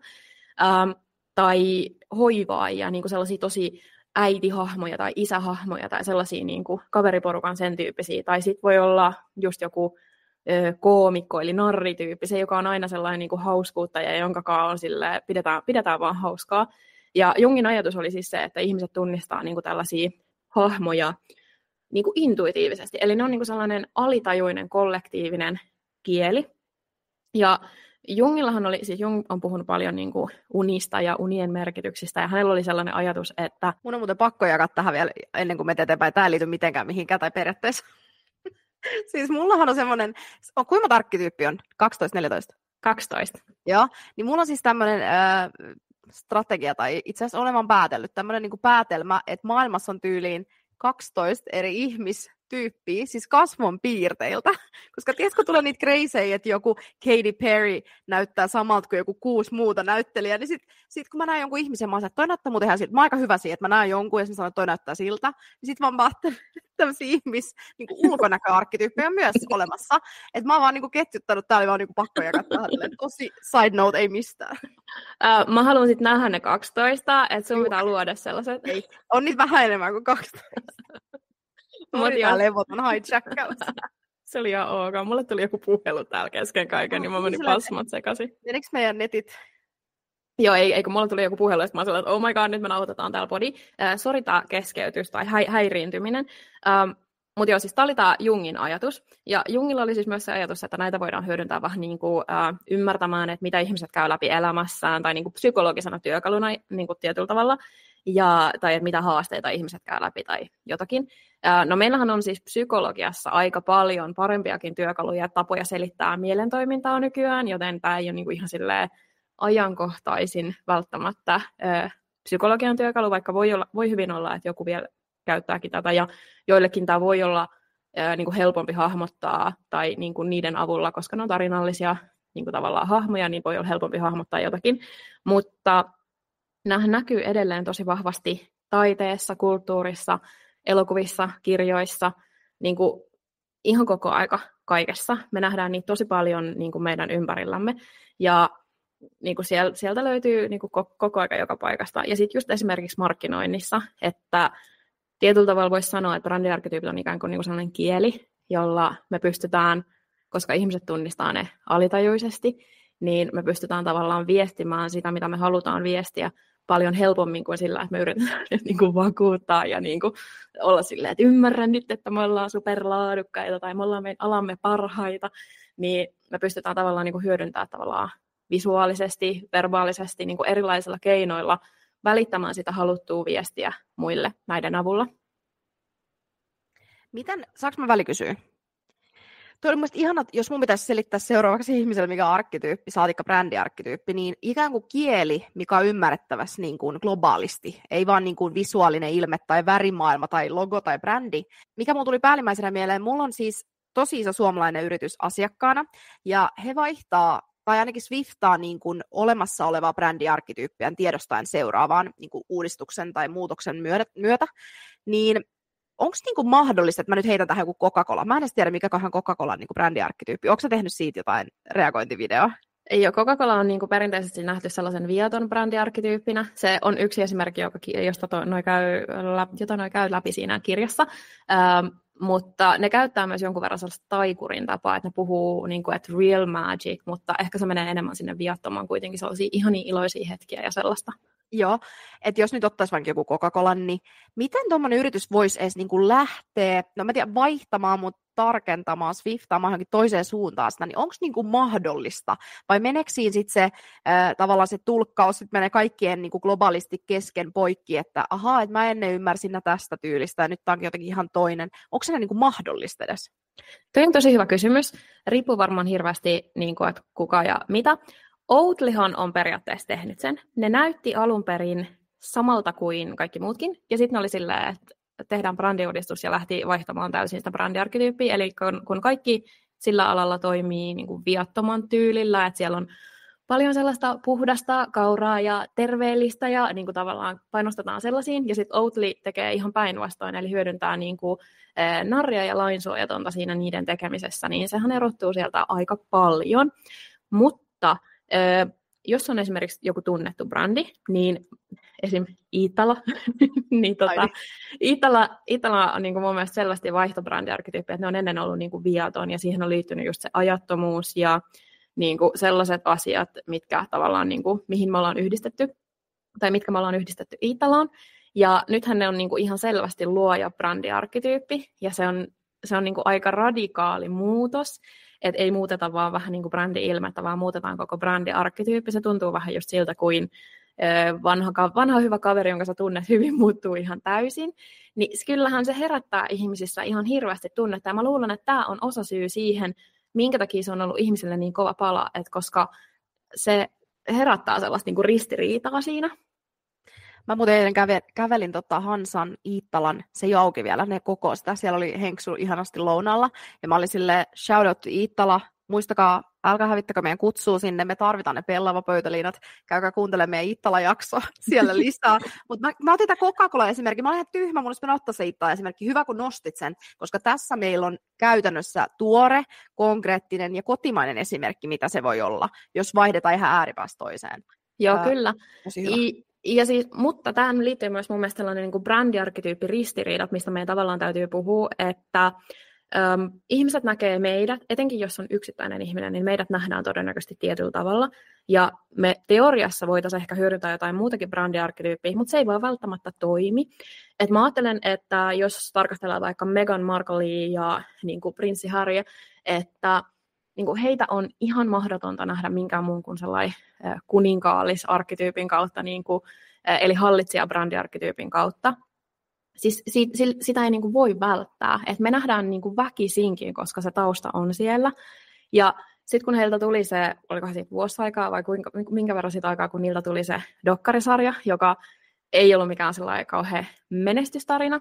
tai hoivaajia, niin kuin sellaisia tosi äitihahmoja tai isähahmoja tai sellaisia niin kuin kaveriporukan sen tyyppisiä. Tai sitten voi olla just joku koomikko eli narrityyppi, se joka on aina sellainen niin kuin hauskuuttaja, jonka kanssa on silleen, pidetään vaan hauskaa. Ja Jungin ajatus oli siis se, että ihmiset tunnistaa niin kuin tällaisia hahmoja niin kuin intuitiivisesti. Eli ne on niin kuin sellainen alitajuinen kollektiivinen kieli. Ja Jungillahan oli, siis Jung on puhunut paljon niin kuin unista ja unien merkityksistä, ja hänellä oli sellainen ajatus, että... Mun on muuten pakko jakaa tähän vielä, ennen kuin me eteenpäin. Tämä ei liity mitenkään mihinkään tai periaatteessa. Siis mullahan on semmoinen, kuinka monta arkkityyppi on? 12, 14? 12. Joo, niin mulla on siis tämmöinen strategia, tai itse asiassa olen vaan päätellyt, tämmöinen niin kuin päätelmä, että maailmassa on tyyliin 12 eri tyyppiä, siis kasvon piirteiltä, koska tiedätkö, tulee niitä crazyjä, että joku Katy Perry näyttää samalta kuin joku 6 muuta näyttelijää, niin sit kun mä näen jonkun ihmisen, mä sanon, että toi näyttää muuten ihan siltä, mä oon aika hyvä siihen, että mä näen jonkun ja sitten sanon, että toi näyttää siltä, niin sit mä oon ajattelen, että tämmöisiä niin ulkonäköarkkityyppejä on myös olemassa, että mä oon vaan niin ketjuttanut, tää oli vaan niin pakko jakaa tähän, tosi side note, ei mistään. Mä haluan sitten nähdä ne 12, että sun pitää luoda sellaiset. Ei, on niitä vähän enemmän kuin 12. Oli tää levoton hijackkaus. Se oli ihan ok. Mulle tuli joku puhelu täällä kesken kaiken, niin mä menin pasmat sekaisin. Menikö meidän netit? Joo, ei kun mulle tuli joku puhelu, ja mä sanoin, että oh my god, nyt me nauhoitetaan täällä podi. Sori tää keskeytys tai häiriintyminen. Mutta joo, siis tää oli tää Jungin ajatus. Ja Jungilla oli siis myös se ajatus, että näitä voidaan hyödyntää vähän niin kuin, ymmärtämään, että mitä ihmiset käy läpi elämässään, tai niin kuin psykologisena työkaluna niin kuin tietyllä tavalla. Tai että mitä haasteita ihmiset käy läpi tai jotakin. No meillähän on siis psykologiassa aika paljon parempiakin työkaluja ja tapoja selittää mielentoimintaa nykyään, joten tämä ei ole niinku ihan silleen ajankohtaisin välttämättä psykologian työkalu, vaikka voi hyvin olla, että joku vielä käyttääkin tätä, ja joillekin tämä voi olla niinku helpompi hahmottaa tai niinku niiden avulla, koska ne on tarinallisia niinku tavallaan hahmoja, niin voi olla helpompi hahmottaa jotakin, mutta nämä näkyy edelleen tosi vahvasti taiteessa, kulttuurissa, elokuvissa, kirjoissa, niin kuin ihan koko aika kaikessa. Me nähdään niitä tosi paljon niin kuin meidän ympärillämme, ja niin kuin sieltä löytyy niin kuin koko aika joka paikasta. Ja sitten just esimerkiksi markkinoinnissa, että tietyllä tavalla voisi sanoa, että brändiarkkityypit on ikään kuin sellainen kieli, jolla me pystytään, koska ihmiset tunnistaa ne alitajuisesti, niin me pystytään tavallaan viestimään sitä, mitä me halutaan viestiä, paljon helpommin kuin sillä, että me yritetään niin kuin vakuuttaa ja niin kuin olla silleen, että ymmärrän nyt, että me ollaan superlaadukkaita tai me ollaan meidän alamme parhaita, niin me pystytään tavallaan niin kuin hyödyntämään tavallaan visuaalisesti, verbaalisesti, niin kuin erilaisilla keinoilla välittämään sitä haluttua viestiä muille näiden avulla. Saanko mä välikysyä? Tuo oli mielestäni ihana, jos mun pitäisi selittää seuraavaksi ihmiselle, mikä on arkkityyppi, saatikka brändiarkkityyppi, niin ikään kuin kieli, mikä on ymmärrettävässä niin kuin globaalisti, ei vaan niin kuin visuaalinen ilme tai värimaailma tai logo tai brändi. Mikä mulla tuli päällimmäisenä mieleen, mulla on siis tosi iso suomalainen yritys asiakkaana, ja he vaihtaa, tai ainakin swiftaa niin kuin olemassa olevaa brändiarkkityyppiä tiedostaen seuraavaan niin kuin uudistuksen tai muutoksen myötä, niin onko niinku mahdollista, että mä nyt heitän tähän joku Coca-Cola? Mä en edes tiedä, mikä on Coca-Colan niinku brändiarkkityyppi. Onko sä tehnyt siitä jotain reagointivideoa? Ei ole. Coca-Cola on niinku perinteisesti nähty sellaisen viaton brändiarkkityyppinä. Se on yksi esimerkki, jota noi käy läpi siinä kirjassa. Mutta ne käyttää myös jonkun verran sellaista taikurin tapaa, että ne puhuu, niinku, että real magic, mutta ehkä se menee enemmän sinne viattomaan kuitenkin sellaisia ihania iloisia hetkiä ja sellaista. Joo, että jos nyt ottaisi vaikka joku Coca-Cola, niin miten tuommoinen yritys voisi edes niin kuin lähteä, no mä tiedän, vaihtamaan, mutta tarkentamaan, swiftaamaan johonkin toiseen suuntaan sitä, niin onko niin kuin mahdollista? Vai meneekö siinä sitten se tavallaan se tulkkaus, sitten menee kaikkien niin kuin globaalisti kesken poikki, että ahaa, että mä ennen ymmärsin tästä tyylistä ja nyt tämä onkin jotenkin ihan toinen. Onko se niin kuin mahdollista edes? Tuo on tosi hyvä kysymys. Riippuu varmaan hirveästi, niin kuin, että kuka ja mitä. Oatlyhan on periaatteessa tehnyt sen. Ne näytti alun perin samalta kuin kaikki muutkin, ja sitten ne oli silleen, että tehdään brändiuudistus ja lähti vaihtamaan täysin sitä brändiarkkityyppiä, eli kun kaikki sillä alalla toimii niin kuin viattoman tyylillä, että siellä on paljon sellaista puhdasta kauraa ja terveellistä, ja niin kuin tavallaan painostetaan sellaisiin, ja sitten Oatly tekee ihan päinvastoin, eli hyödyntää niin kuin, narria ja lainsuojatonta siinä niiden tekemisessä, niin sehän erottuu sieltä aika paljon, mutta jos on esimerkiksi joku tunnettu brändi, niin esim. Iittala, niin Iittala on niin kuin mun mielestä selvästi vaihtobrändiarkkityyppi, että ne on ennen ollut niin kuin viaton, ja siihen on liittynyt just se ajattomuus ja niin kuin sellaiset asiat, mitkä tavallaan, niin kuin, mihin me ollaan yhdistetty, tai mitkä me ollaan yhdistetty Iittalaan, ja nythän ne on niin kuin ihan selvästi luoja brändiarkkityyppi, ja se on niin kuin aika radikaali muutos, että ei muuteta vaan vähän niin kuin brändi-ilmettä, vaan muutetaan koko brändiarkkityyppi. Se tuntuu vähän just siltä, kuin vanha hyvä kaveri, jonka sä tunnet hyvin, muuttuu ihan täysin. Niin kyllähän se herättää ihmisissä ihan hirveästi tunnetta. Ja mä luulen, että tämä on osasyy siihen, minkä takia se on ollut ihmisille niin kova pala, että koska se herättää sellaista niin kuin ristiriitaa siinä. Mä muuten eilen kävelin Hansan Iittalan, se ei ole auki vielä, ne koko sitä. Siellä oli Henksu ihanasti lounaalla. Ja mä olin silleen, shout out to Iittala, muistakaa, älkää hävittäkö meidän kutsua sinne, me tarvitaan ne pellavapöytäliinat, käykää kuuntelemaan meidän Iittala-jakso siellä lisää. Mutta mä otin tämän Coca-Cola esimerkki, mä olin ihan tyhmä, mun olisi ottaa se Iittala esimerkki, hyvä kun nostit sen, koska tässä meillä on käytännössä tuore, konkreettinen ja kotimainen esimerkki, mitä se voi olla, jos vaihdetaan ihan ääripäästä toiseen. Joo, kyllä. Ja siis, mutta tähän liittyy myös mun mielestä sellainen niin kuin brändiarkkityyppi ristiriidat, mistä meidän tavallaan täytyy puhua, että ihmiset näkee meidät, etenkin jos on yksittäinen ihminen, niin meidät nähdään todennäköisesti tietyllä tavalla. Ja me teoriassa voitaisiin ehkä hyödyntää jotain muutakin brändiarkkityyppiä, mutta se ei voi välttämättä toimi. Et mä ajattelen, että jos tarkastellaan vaikka Meghan Marklea ja niin kuin prinssi Harry, että niin kuin heitä on ihan mahdotonta nähdä minkään muun kuin sellainen kuninkaallisarkkityypin kautta, niin kuin, eli hallitsija-brändiarkkityypin kautta. Siis sitä ei niin kuin voi välttää, että me nähdään niin kuin väkisinkin, koska se tausta on siellä. Ja sitten kun heiltä tuli se, olikohan siitä vuosi aikaa vai minkä verran siitä aikaa, kun niiltä tuli se dokkarisarja, joka ei ollut mikään sellainen kauhean menestystarina,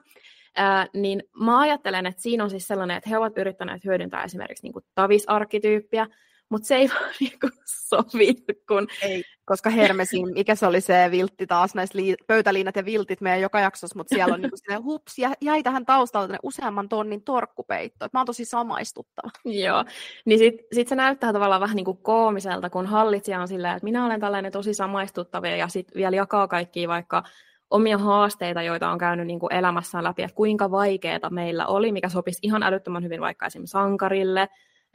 niin mä ajattelen, että siinä on siis sellainen, että he ovat yrittäneet hyödyntää esimerkiksi niin kuin tavisarkkityyppiä, mutta se ei vaan niinku sovi, kun... Ei, koska Hermesin, mikä se oli se viltti taas, näissä pöytäliinat ja viltit meidän joka jaksossa, mutta siellä on niinku sellainen hups, jäi tähän taustalta useamman tonnin torkkupeitto. Mä oon tosi samaistuttava. Joo, niin sit se näyttää tavallaan vähän niinku koomiselta, kun hallitsija on silleen, että minä olen tällainen tosi samaistuttava ja sitten vielä jakaa kaikkia vaikka omia haasteita, joita on käynyt niinku elämässään läpi, että kuinka vaikeaa meillä oli, mikä sopisi ihan älyttömän hyvin vaikka esimerkiksi sankarille,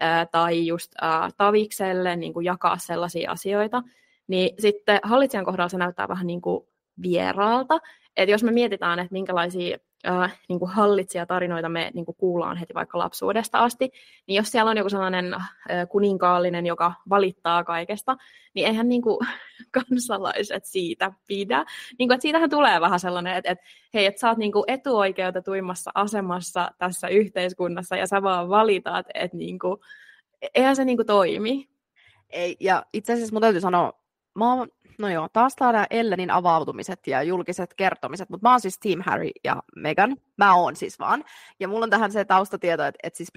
tai just tavikselle niin kuin jakaa sellaisia asioita, niin sitten hallitsijan kohdalla se näyttää vähän niin kuin vieraalta. Että jos me mietitään, että minkälaisia niin kuin hallitsijatarinoita me niin kuin kuullaan heti vaikka lapsuudesta asti, niin jos siellä on joku sellainen kuninkaallinen, joka valittaa kaikesta, niin eihän niin kuin kansalaiset siitä pidä. Niin kuin, että siitähän tulee vähän sellainen, että hei, että sä oot niin kuin etuoikeutetuimmassa asemassa tässä yhteiskunnassa ja sä vaan valitat, että niin kuin, eihän se niin kuin toimi. Ei, ja itse asiassa mun täytyy sanoa, no joo, taas taadaan Ellenin avautumiset ja julkiset kertomiset, mutta mä oon siis Team Harry ja Meghan, mä oon siis vaan. Ja mulla on tähän se taustatieto, että siis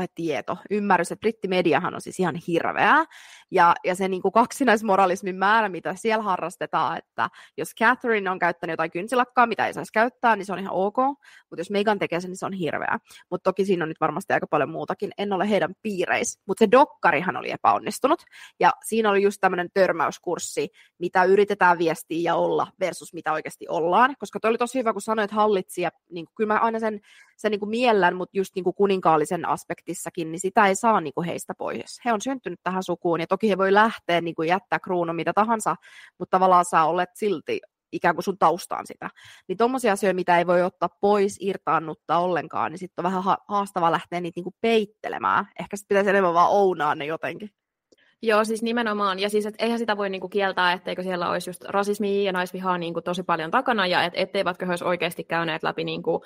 ymmärrys, että brittimediahan on siis ihan hirveää. Ja se niin kuin kaksinaismoralismin määrä, mitä siellä harrastetaan, että jos Catherine on käyttänyt jotain kynsilakkaa, mitä ei saisi käyttää, niin se on ihan ok. Mutta jos Meghan tekee sen, niin se on hirveää. Mutta toki siinä on nyt varmasti aika paljon muutakin. En ole heidän piireissä. Mutta se dokkarihan oli epäonnistunut. Ja siinä oli just tämmöinen törmäyskurssi, mitä yritetään viestiä ja olla versus mitä oikeasti ollaan. Koska toi oli tosi hyvä, kun sanoit hallitsija, niin kyllä mä aina sen niin kuin miellän, mutta just niin kuin kuninkaallisen aspektissakin, niin sitä ei saa niin kuin heistä pois. He on syntynyt tähän sukuun, ja toki he voi lähteä niin kuin jättää kruunun mitä tahansa, mutta tavallaan sä olet silti ikään kuin sun taustaan sitä. Niin tommosia asioita, mitä ei voi ottaa pois, irtaannuttaa ollenkaan, niin sitten on vähän haastavaa lähteä niitä niin kuin peittelemään. Ehkä sitten pitäisi enemmän vaan ounaa ne jotenkin. Joo, siis nimenomaan. Ja siis, et eihän sitä voi niinku kieltää, etteikö siellä olisi just rasismia ja naisvihaa niinku tosi paljon takana, ja etteivätkö he olisi oikeasti käyneet läpi niinku,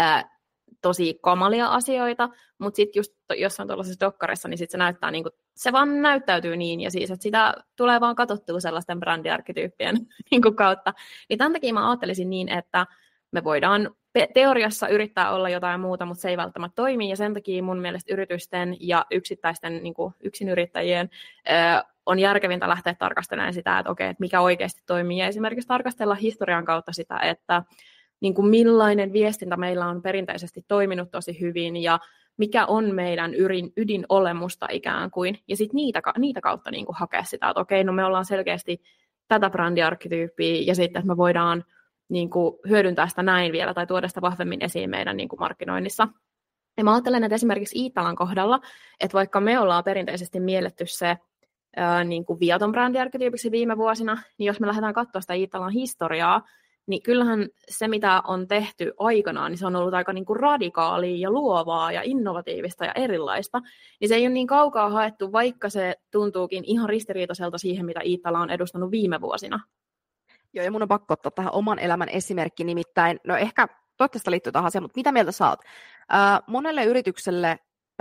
tosi kamalia asioita, mutta sitten just jossain tuollaisessa dokkarissa, niin sit se näyttää niinku, se vaan näyttäytyy niin, ja siis, että sitä tulee vaan katsottua sellaisten brändiarkkityyppien niinku kautta. Niin tämän takia mä ajattelisin niin, että me voidaan teoriassa yrittää olla jotain muuta, mutta se ei välttämättä toimi, ja sen takia mun mielestä yritysten ja yksittäisten niin kuin yksinyrittäjien on järkevintä lähteä tarkastelemaan sitä, että okei, että mikä oikeasti toimii, ja esimerkiksi tarkastella historian kautta sitä, että niin kuin millainen viestintä meillä on perinteisesti toiminut tosi hyvin, ja mikä on meidän ydinolemusta ikään kuin, ja sitten niitä kautta niin kuin hakea sitä, että okei, no me ollaan selkeästi tätä brändiarkkityyppiä, ja sitten, että me voidaan niin kuin hyödyntää sitä näin vielä tai tuoda sitä vahvemmin esiin meidän niin kuin markkinoinnissa. Ja mä ajattelen, että esimerkiksi Iittalan kohdalla, että vaikka me ollaan perinteisesti mielletty se niin kuin viaton brändiarkkityypiksi viime vuosina, niin jos me lähdetään katsoa sitä Iittalan historiaa, niin kyllähän se, mitä on tehty aikanaan, niin se on ollut aika niin kuin radikaalia ja luovaa ja innovatiivista ja erilaista. Niin se ei ole niin kaukaa haettu, vaikka se tuntuukin ihan ristiriitaiselta siihen, mitä Iittala on edustanut viime vuosina. Joo, ja mun on pakko ottaa tähän oman elämän esimerkki, nimittäin, no ehkä toivottavasti liittyy tähän asiaan, mutta mitä mieltä sä oot? Monelle yritykselle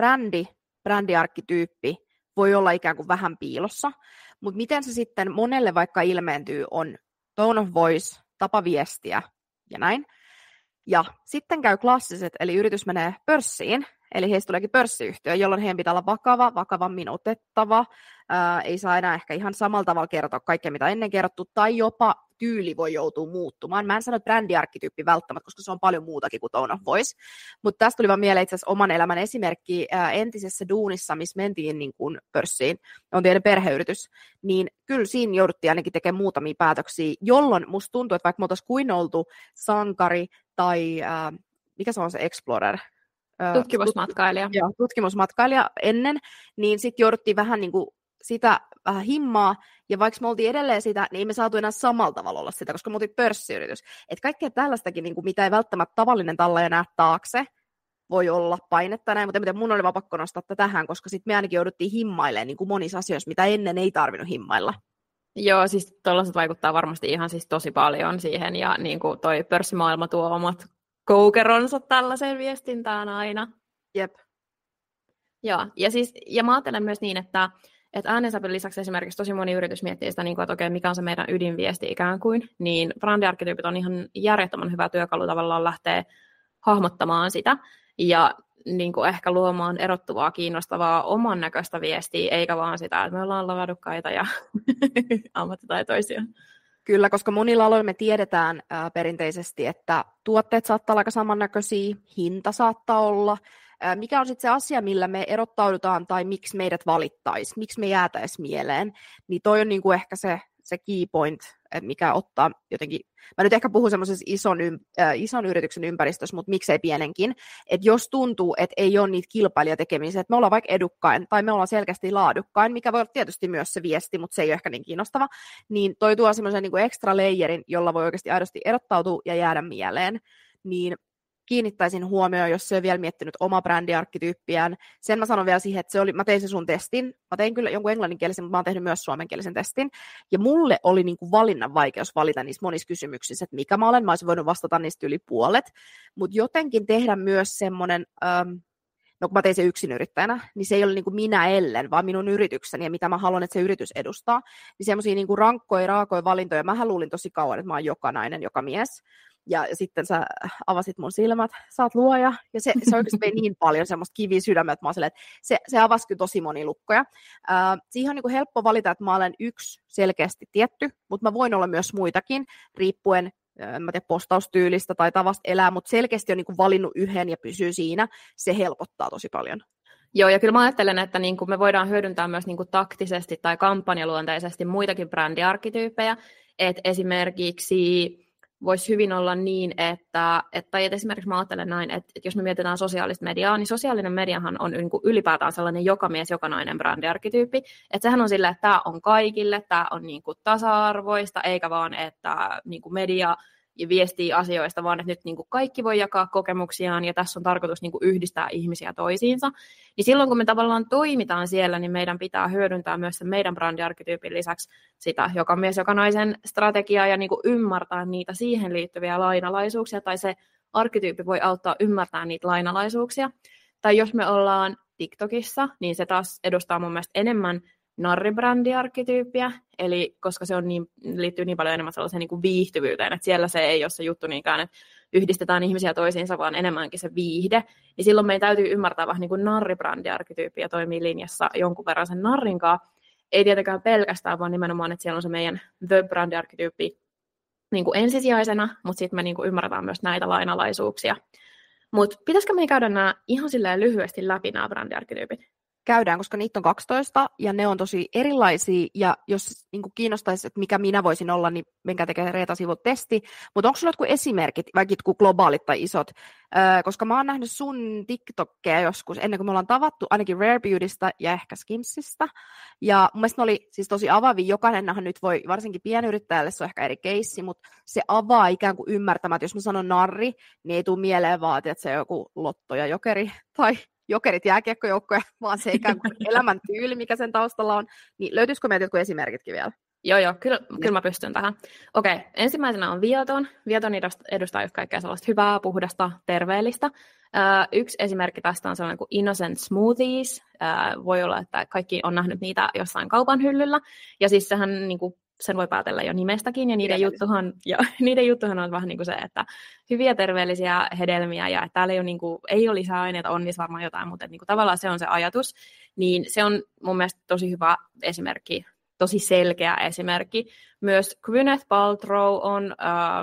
brändiarkkityyppi voi olla ikään kuin vähän piilossa, mutta miten se sitten monelle vaikka ilmeentyy on tone of voice, tapa viestiä ja näin. Ja sitten käy klassiset, eli yritys menee pörssiin, eli heistä tuleekin pörssiyhtiö, jolloin heidän pitää olla vakavammin otettava, ei saa enää ehkä ihan samalla tavalla kertoa kaikkea, mitä ennen kerrottu, tai jopa tyyli voi joutua muuttumaan. Mä en sano brändiarkkityyppi välttämättä, koska se on paljon muutakin kuin tone of voice, mutta tästä tuli vaan mieleen itse asiassa oman elämän esimerkki entisessä duunissa, missä mentiin niin kuin pörssiin, on teidän perheyritys, niin kyllä siinä jouduttiin ainakin tekemään muutamia päätöksiä, jolloin musta tuntuu, että vaikka me oltaisiin kuin oltu sankari tai mikä se on se Explorer? Tutkimusmatkailija. Joo, tutkimusmatkailija ennen, niin sitten jouduttiin vähän niin kuin sitä vähän himmaa, ja vaikka me oltiin edelleen sitä, niin ei me saatu enää samalla tavalla olla sitä, koska me oltiin pörssiyritys. Että kaikkea tällaistakin, niin kuin mitä ei välttämättä tavallinen tallaaja näe taakse, voi olla painetta näin, mutta mun oli vaan pakko nostaa tähän, koska sitten me ainakin jouduttiin himmailemaan niin kuin monissa asioissa, mitä ennen ei tarvinnut himmailla. Joo, siis tuollaiset vaikuttaa varmasti ihan siis tosi paljon siihen, ja niin kuin toi pörssimaailma tuo omat koukeronsa tällaiseen viestintään aina. Jep. Joo, ja mä ajattelen myös niin, että äänensävyn lisäksi esimerkiksi tosi moni yritys miettii sitä, että okei, mikä on se meidän ydinviesti ikään kuin, niin brändiarkkityypit on ihan järjettömän hyvä työkalu tavallaan lähteä hahmottamaan sitä, ja niin kuin ehkä luomaan erottuvaa, kiinnostavaa, oman näköistä viestiä, eikä vaan sitä, että me ollaan laadukkaita ja ammattitaitoisia. Kyllä, koska monilla aloilla me tiedetään perinteisesti, että tuotteet saattaa olla aika samannäköisiä, hinta saattaa olla. Mikä on sitten se asia, millä me erottaudutaan tai miksi meidät valittaisiin, miksi me jäätäisiin mieleen, niin toi on niinku ehkä se key point, että mikä ottaa jotenkin, mä nyt ehkä puhun semmoisessa ison yrityksen ympäristössä, mutta miksei pienenkin, että jos tuntuu, että ei ole niitä kilpailijatekemisiä, että me ollaan vaikka edukkain tai me ollaan selkeästi laadukkain, mikä voi olla tietysti myös se viesti, mutta se ei ole ehkä niin kiinnostava, niin toi tuo semmoisen niinku extra layerin, jolla voi oikeasti aidosti erottautua ja jäädä mieleen, niin kiinnittäisin huomioon, jos se on vielä miettinyt oma brändiarkkityyppiään. Sen mä sanon vielä siihen, että mä tein sen sun testin. Mä tein kyllä jonkun englanninkielisen, mutta mä oon tehnyt myös suomenkielisen testin. Ja mulle oli niin kuin valinnan vaikeus valita niissä monissa kysymyksissä, että mikä mä olen. Mä olisin voinut vastata niistä yli puolet. Mutta jotenkin tehdä myös semmoinen, no kun mä tein sen yksinyrittäjänä, niin se ei ole niin kuin minä ellen, vaan minun yritykseni ja mitä mä haluan, että se yritys edustaa. Niin semmoisia niin kuin rankkoja, raakoja valintoja. Mähän luulin tosi kauan, että mä oon joka nainen, joka mies. Ja sitten sä avasit mun silmät, sä oot luoja, ja se oikeasti vei niin paljon semmoista kiviä sydämää, että mä oon silleen, että se avasi kyllä tosi monia lukkoja. Siihen on niin kuin helppo valita, että mä olen yksi selkeästi tietty, mutta mä voin olla myös muitakin, riippuen postaustyylistä tai tavasta elää, mutta selkeästi on niin kuin valinnut yhden ja pysyy siinä, se helpottaa tosi paljon. Joo, ja kyllä mä ajattelen, että niin kuin me voidaan hyödyntää myös niin kuin taktisesti tai kampanjaluonteisesti muitakin brändiarkkityyppejä, että esimerkiksi voisi hyvin olla niin, että esimerkiksi mä ajattelen näin, että jos me mietitään sosiaalista mediaa, niin sosiaalinen mediahan on niin kuin ylipäätään sellainen joka mies, joka nainen brändiarkkityyppi. Että sehän on silleen, että tämä on kaikille, tämä on niin kuin tasa-arvoista, eikä vaan, että niin kuin media viestii asioista, vaan että nyt niin kuin kaikki voi jakaa kokemuksiaan, ja tässä on tarkoitus niin kuin yhdistää ihmisiä toisiinsa. Niin silloin, kun me tavallaan toimitaan siellä, niin meidän pitää hyödyntää myös sen meidän brändiarkkityypin lisäksi sitä joka mies, joka naisen strategiaa, ja niin kuin ymmärtää niitä siihen liittyviä lainalaisuuksia, tai se arkkityyppi voi auttaa ymmärtämään niitä lainalaisuuksia. Tai jos me ollaan TikTokissa, niin se taas edustaa mun mielestä enemmän narribrändiarkkityyppiä, eli koska se on liittyy niin paljon enemmän sellaiseen niin kuin viihtyvyyteen, että siellä se ei ole se juttu niinkään, että yhdistetään ihmisiä toisiinsa, vaan enemmänkin se viihde, niin silloin meidän täytyy ymmärtää vähän niin kuin narribrändiarkkityyppi ja toimii linjassa jonkun verran sen narrinkaan. Ei tietenkään pelkästään, vaan nimenomaan, että siellä on se meidän the-brändiarkkityyppi niin kuin ensisijaisena, mutta sitten me niin kuin ymmärretään myös näitä lainalaisuuksia. Mutta pitäisikö me käydä nämä ihan silleen lyhyesti läpi nämä brändiarkkityypit? Käydään, koska niitä on 12 ja ne on tosi erilaisia, ja jos niin kiinnostaisi, että mikä minä voisin olla, niin menkää tekemään Reeta-sivut testi. Mutta onko sulla jotkut esimerkit, vaikka jotkut globaalit tai isot? Koska mä oon nähnyt sun TikTokkeja joskus, ennen kuin me ollaan tavattu, ainakin Rare Beautystä ja ehkä Skimsistä. Ja mun mielestä ne oli siis tosi avaavia. Jokainenhan nyt voi, varsinkin pienyrittäjälle, se on ehkä eri keissi, mutta se avaa ikään kuin ymmärtämään, että jos mä sanon narri, niin ei tule mieleen vaan, että se on joku Lotto ja Jokeri tai Jokerit jääkiekkojoukkoja, vaan se ikään kuin elämäntyyli, mikä sen taustalla on. Niin löytyisikö meiltä jotkut esimerkitkin vielä? Joo, kyllä mä pystyn tähän. Okei, ensimmäisenä on Viaton. Viaton edustaa just kaikkea sellaista hyvää, puhdasta, terveellistä. Yksi esimerkki tästä on sellainen kuin Innocent Smoothies. Voi olla, että kaikki on nähnyt niitä jossain kaupan hyllyllä. Ja siis sehän niin kuin sen voi päätellä jo nimestäkin, ja niiden juttuhan on vähän niin kuin se, että hyviä terveellisiä hedelmiä, ja että täällä ei ole, niin kuin, ei ole lisäaineita, on niissä varmaan jotain, mutta niin kuin, tavallaan se on se ajatus, niin se on mun mielestä tosi hyvä esimerkki, tosi selkeä esimerkki. Myös Gwyneth Paltrow on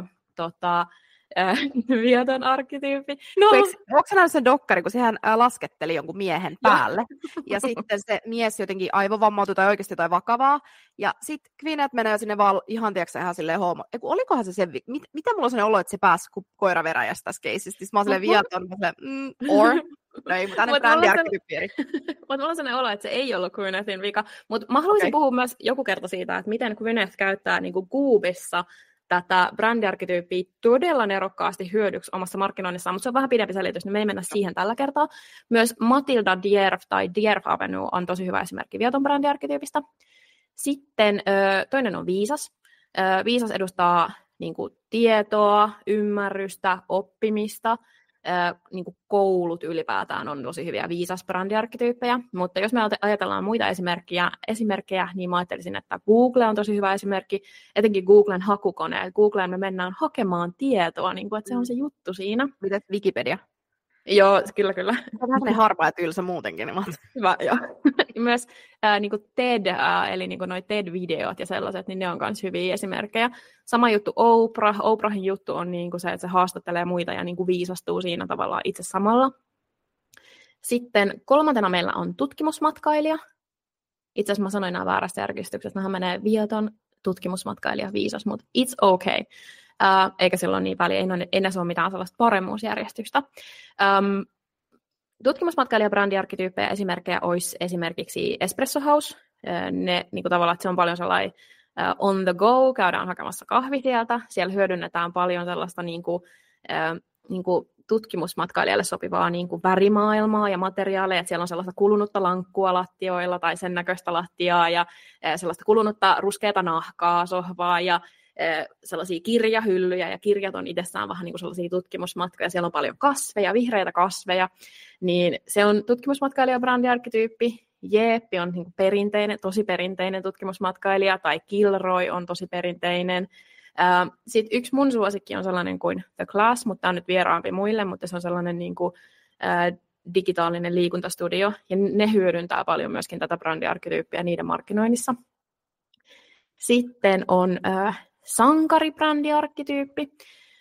viaton arkkityyppi. No. Onko se näin se dokkari, kun sehän lasketteli jonkun miehen päälle, ja sitten se mies jotenkin aivovammautui tai oikeasti jotain vakavaa, ja sitten Gwyneth menee sinne vaan ihan, tiedätkö, ihan silleen homo. Olikohan se mitä mulla on sellainen olo, että se pääsi kuin koiraveräjästä tässä keisissä? Sitten mä oon silleen viaton, no ei, mutta hänen brändiarkkityyppi. Mutta mulla on sellainen olo, että se ei ollut Gwynethin vika, mutta mä haluaisin puhua myös joku kerta siitä, että miten Gwyneth käyttää niin kuin Goobissa tätä brändiarkkityyppiä todella nerokkaasti hyödyksi omassa markkinoinnissaan, mutta se on vähän pidempi selitys, niin me ei mennä siihen tällä kertaa. Myös Matilda Dierf tai Dierf Avenue on tosi hyvä esimerkki viaton brändiarkkityypistä. Sitten toinen on Viisas. Viisas edustaa niin kuin, tietoa, ymmärrystä, oppimista. Niin kuin koulut ylipäätään on tosi hyviä viisas brändiarkkityyppejä, mutta jos me ajatellaan muita esimerkkejä, niin mä ajattelisin, että Google on tosi hyvä esimerkki, etenkin Googlen hakukone. Googleen me mennään hakemaan tietoa, niin kuin, että se on se juttu siinä. Mitä Wikipedia? Joo, kyllä. Se on vähän harvaa ja tylsä muutenkin. Niin hyvä, joo. Myös niin kuin TED, eli niin kuin noi TED-videot ja sellaiset, niin ne on myös hyviä esimerkkejä. Sama juttu Oprah. Oprahin juttu on niin kuin se, että se haastattelee muita ja niin kuin viisastuu siinä tavallaan itse samalla. Sitten kolmantena meillä on tutkimusmatkailija. Itse asiassa mä sanoin nämä väärästä järjestyksessä. Nämähän menee viaton, tutkimusmatkailija, viisas, mutta it's okay. Eikä silloin niin väliä, ei näissä ole mitään sellaista paremmuusjärjestystä. Tutkimusmatkailija-brändiarkkityyppejä esimerkkejä olisi esimerkiksi Espresso House. Ne, niin kuin tavallaan, että se on paljon sellainen on the go, käydään hakemassa kahvi sieltä. Siellä hyödynnetään paljon sellaista niin kuin tutkimusmatkailijalle sopivaa niin kuin värimaailmaa ja materiaaleja. Että siellä on sellaista kulunutta lankkua lattioilla tai sen näköistä lattiaa ja sellaista kulunutta ruskeata nahkaa sohvaa ja sellaisia kirjahyllyjä, ja kirjat on itsessään vähän niin kuin sellaisia tutkimusmatkoja, siellä on paljon kasveja, vihreitä kasveja, niin se on tutkimusmatkailija-brändiarkkityyppi. Jeeppi on niin kuin tosi perinteinen tutkimusmatkailija, tai Kilroy on tosi perinteinen. Sitten yksi mun suosikki on sellainen kuin The Class, mutta tämä on nyt vieraampi muille, mutta se on sellainen niin kuin, digitaalinen liikuntastudio, ja ne hyödyntää paljon myöskin tätä brändiarkkityyppiä niiden markkinoinnissa. Sitten on sankari-brändiarkkityyppi.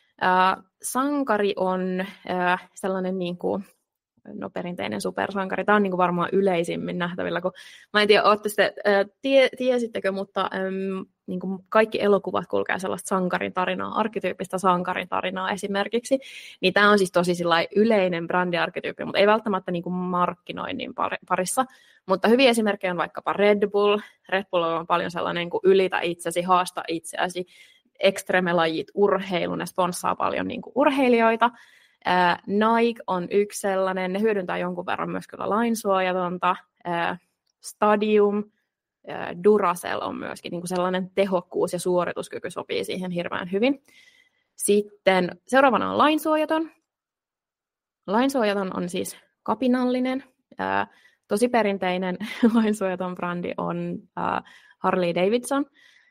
Sankari on sellainen niin kuin, perinteinen supersankari. Tämä on niin kuin varmaan yleisimmin nähtävillä. Mä en tiedä, tiesittekö, mutta niin kuin kaikki elokuvat kulkee sellaista sankarin tarinaa, arkkityyppistä sankarin tarinaa esimerkiksi. Niin tämä on siis tosi yleinen brändiarkkityyppi, mutta ei välttämättä niin kuin markkinoinnin parissa. Mutta hyviä esimerkkejä on vaikkapa Red Bull. Red Bull on paljon sellainen niin kuin ylitä itsesi, haasta itseäsi, ekstremelajit, urheilu, ne sponssaa paljon niin kuin urheilijoita. Nike on yksi sellainen, ne hyödyntää jonkun verran myös kyllä lainsuojatonta. Stadium, Duracell on myöskin niin kuin sellainen tehokkuus ja suorituskyky sopii siihen hirveän hyvin. Sitten seuraavana on lainsuojaton. Lainsuojaton on siis kapinallinen. Tosi perinteinen lainsuojaton brändi on Harley Davidson.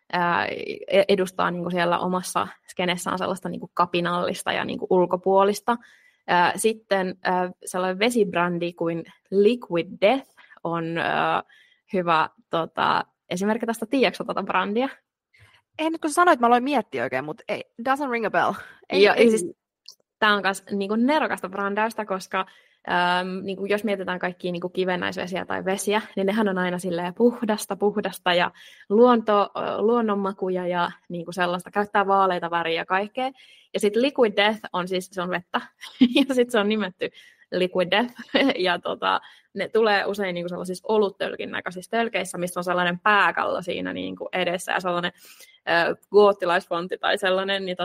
Edustaa niin kuin siellä omassa skenessään sellaista niin kuin kapinallista ja niin kuin ulkopuolista. Sitten sellainen vesibrändi kuin Liquid Death on hyvä esimerkki tästä. Tiedätkö tätä brändiä? En, kun sanoit, mä aloin miettiä oikein, mutta ei, doesn't ring a bell. Siis, tämä on myös niin kuin nerokasta brändäystä, koska niin kuin jos mietitään kaikkia niin kuin kivennäisvesiä tai vesiä, niin nehän on aina silleen puhdasta ja luonnonmakuja ja niin kuin sellaista, käyttää vaaleita väriä ja kaikkea. Ja sitten Liquid Death on siis, se on vettä, ja sitten se on nimetty Liquid Death, ja ne tulee usein niin kuin sellaisissa oluttölkin näköisissä tölkeissä, missä on sellainen pääkallo siinä niin kuin edessä, ja sellainen goottilaisfontti tai sellainen, niin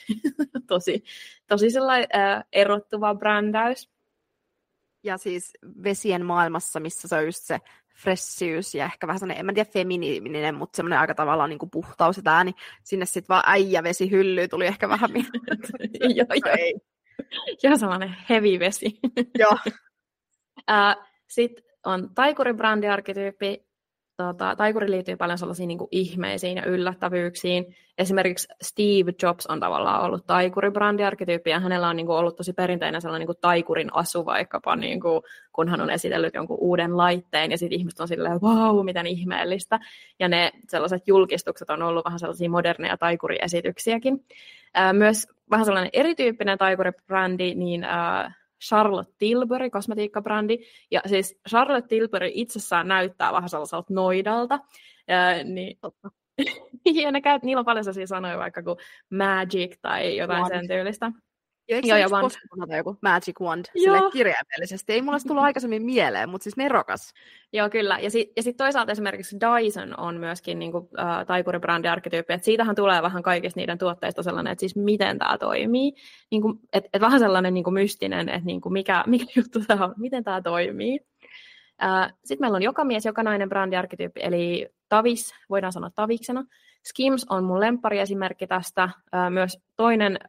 tosi sellainen erottuva brändäys. Ja siis vesien maailmassa, missä se on just se freshyys ja ehkä vähän sellainen, en mä tiedä feminiininen, mutta semmoinen aika tavallaan niin kuin puhtaus ja tää, niin sinne sitten vaan äijävesihyllyy tuli ehkä vähän Joo. Ja sellainen heavy vesi. Joo. Sitten on taikuribrändiarkkityyppi. taikuri liittyy paljon sellaisiin niin kuin ihmeisiin ja yllättävyyksiin. Esimerkiksi Steve Jobs on tavallaan ollut taikuri-brändiarkkityyppi, ja hänellä on niin kuin ollut tosi perinteinen sellainen niin kuin taikurin asu vaikkapa, niin kuin, kun hän on esitellyt jonkun uuden laitteen, ja sitten ihmiset on silleen, vau, miten ihmeellistä. Ja ne sellaiset julkistukset on ollut vähän sellaisia moderneja taikuriesityksiäkin. Myös vähän sellainen erityyppinen taikuribrändi, niin Charlotte Tilbury, kosmetiikkabrändi. Ja siis Charlotte Tilbury itsessään näyttää vähän sellaiselta noidalta. Niin, ja niillä on paljon sellaisia sanoja vaikka kuin magic tai jotain Wand. sen tyylistä. Eikö se koskaan joku magic wand sille kirjaimellisesti? Ei mulla tullut aikaisemmin mieleen, mutta siis nerokas. Joo, kyllä. Ja sit toisaalta esimerkiksi Dyson on myöskin niinku, taikuribrändiarkkityyppi. Et siitähän tulee vähän kaikista niiden tuotteista sellainen, että siis miten tämä toimii. Niinku, et vähän sellainen niinku mystinen, että niinku, mikä juttu tämä on, miten tämä toimii. Sitten meillä on joka mies, joka nainen brändiarkkityyppi, eli Tavis, voidaan sanoa Taviksena. Skims on mun lemppariesimerkki tästä. Myös toinen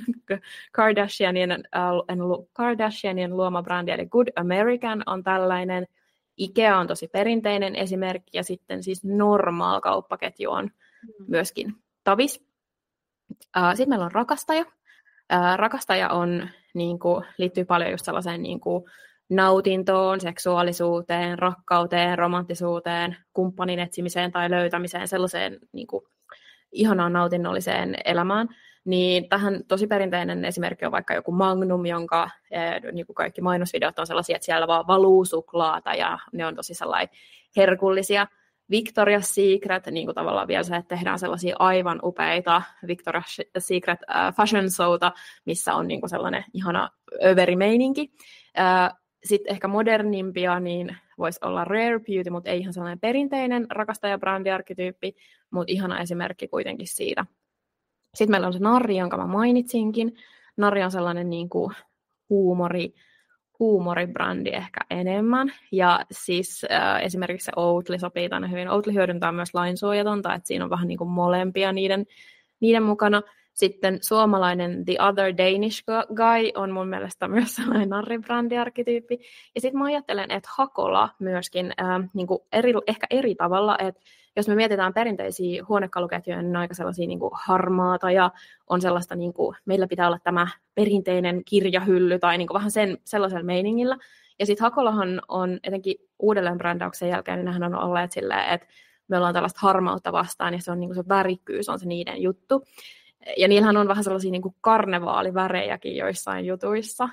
Kardashianien luoma brändi, eli Good American on tällainen. Ikea on tosi perinteinen esimerkki, ja sitten siis Normal kauppaketju on myöskin Tavis. Sitten meillä on Rakastaja. Rakastaja on, liittyy paljon just sellaiseen nautintoon, seksuaalisuuteen, rakkauteen, romanttisuuteen, kumppanin etsimiseen tai löytämiseen, sellaiseen ihanaan nautinnolliseen elämään. Niin tähän tosi perinteinen esimerkki on vaikka joku Magnum, jonka kaikki mainosvideot on sellaisia, että siellä vaan valuu suklaata ja ne on tosi sellainen herkullisia. Victoria's Secret, niin kuin tavallaan vielä se, että tehdään sellaisia aivan upeita Victoria's Secret fashion showta, missä on niin kuin sellainen ihana överimeininki. Sitten ehkä modernimpia, niin voisi olla Rare Beauty, mutta ei ihan sellainen perinteinen rakastaja-brändiarkkityyppi, mutta ihana esimerkki kuitenkin siitä. Sitten meillä on se Narri, jonka mä mainitsinkin. Narri on sellainen niin kuin huumoribrändi ehkä enemmän. Ja siis esimerkiksi se Oatly sopii tänne hyvin. Oatly hyödyntää myös lainsuojatonta, että siinä on vähän niin kuin molempia niiden mukana. Sitten suomalainen The Other Danish Guy on mun mielestä myös sellainen narribrändiarkkityyppi. Ja sitten mä ajattelen, että Hakola myöskin niin kuin ehkä eri tavalla, että jos me mietitään perinteisiä huonekaluketjuja, niin ne on aika sellaisia niin kuin harmaata ja on sellaista, niin kuin, meillä pitää olla tämä perinteinen kirjahylly tai niin kuin vähän sellaisella meiningillä. Ja sitten Hakolahan on etenkin uudelleenbrändäyksen jälkeen, niin nehän on olleet silleen, että me ollaan tällaista harmautta vastaan ja se on niin kuin se värikkyys on se niiden juttu. Ja niillähän on vähän sellaisia niin kuin karnevaalivärejäkin joissain jutuissa.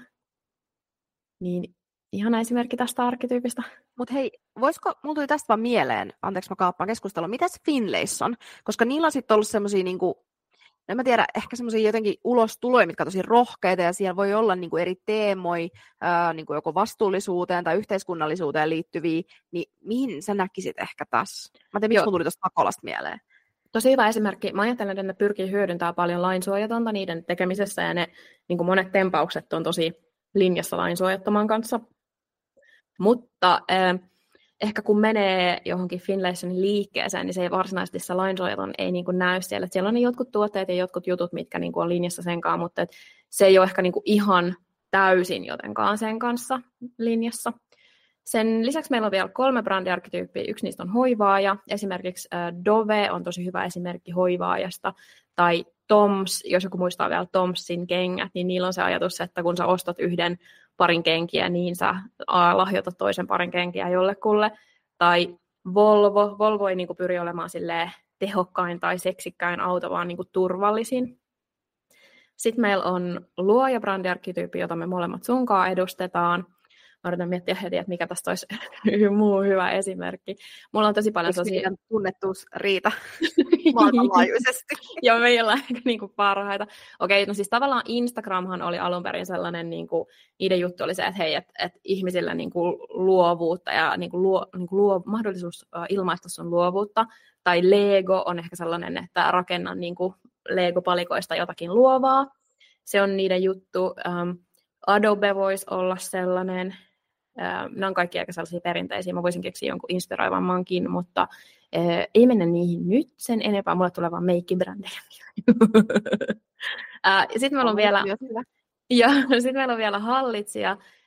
Niin ihana esimerkki tästä arkkityypistä. Mutta hei, mulla tuli tästä vaan mieleen, anteeksi mä kaappaan keskustelua, mitäs Finlayson? Koska niillä on sitten ollut semmoisia, niinku, en mä tiedä, ehkä semmoisia jotenkin ulostuloja, mitkä on tosi rohkeita, ja siellä voi olla niinku eri teemoja, niinku joko vastuullisuuteen tai yhteiskunnallisuuteen liittyviä, niin mihin sä näkisit ehkä tässä? Mä tiedän, miksi mulla tuli tuosta Hakolasta mieleen. Tosi hyvä esimerkki. Mä ajattelen, että ne pyrkii hyödyntämään paljon lainsuojatonta niiden tekemisessä, ja ne niin kuin monet tempaukset on tosi linjassa lainsuojattoman kanssa. Mutta ehkä kun menee johonkin Finlaysonin liikkeeseen, niin se ei varsinaisesti se lainsuojaton ei niin kuin näy siellä. Siellä on ne jotkut tuotteet ja jotkut jutut, mitkä niin kuin on linjassa sen kanssa, mutta se ei ole ehkä niin kuin ihan täysin jotenkaan sen kanssa linjassa. Sen lisäksi meillä on vielä 3 brändiarkkityyppiä. Yksi niistä on hoivaaja. Esimerkiksi Dove on tosi hyvä esimerkki hoivaajasta. Tai Toms, jos joku muistaa vielä Tomsin kengät, niin niillä on se ajatus, että kun sä ostat yhden parin kenkiä, niin sä lahjoitat toisen parin kenkiä jollekulle. Tai Volvo. Volvo ei niinku pyri olemaan tehokkain tai seksikkäin auto, vaan niinku turvallisin. Sitten meillä on luoja-brändiarkkityyppi, jota me molemmat sunkaan edustetaan. Mä yritän miettiä heti, että mikä tästä olisi muu hyvä esimerkki. Mulla on tosi paljon sellaisia... Eikö tunnettuus riitä maailmanlaajuisesti? Joo, meillä on ehkä niinku parhaita. Okei, no siis tavallaan Instagramhan oli alun perin sellainen, niinku, niiden juttu oli se, että hei, et ihmisillä niinku luovuutta ja mahdollisuus ilmaista sun luovuutta. Tai Lego on ehkä sellainen, että rakennan niinku Lego-palikoista jotakin luovaa. Se on niiden juttu. Adobe voisi olla sellainen. Nämä on kaikki aika sellaisia perinteisiä. Mä voisin keksiä jonkun inspiroivammankin, mutta ei mennä niihin nyt sen enempää. Mulle tulee vaan meikkibrändejä. Sitten meillä on vielä... Ja sitten meillä on vielä hallitsija.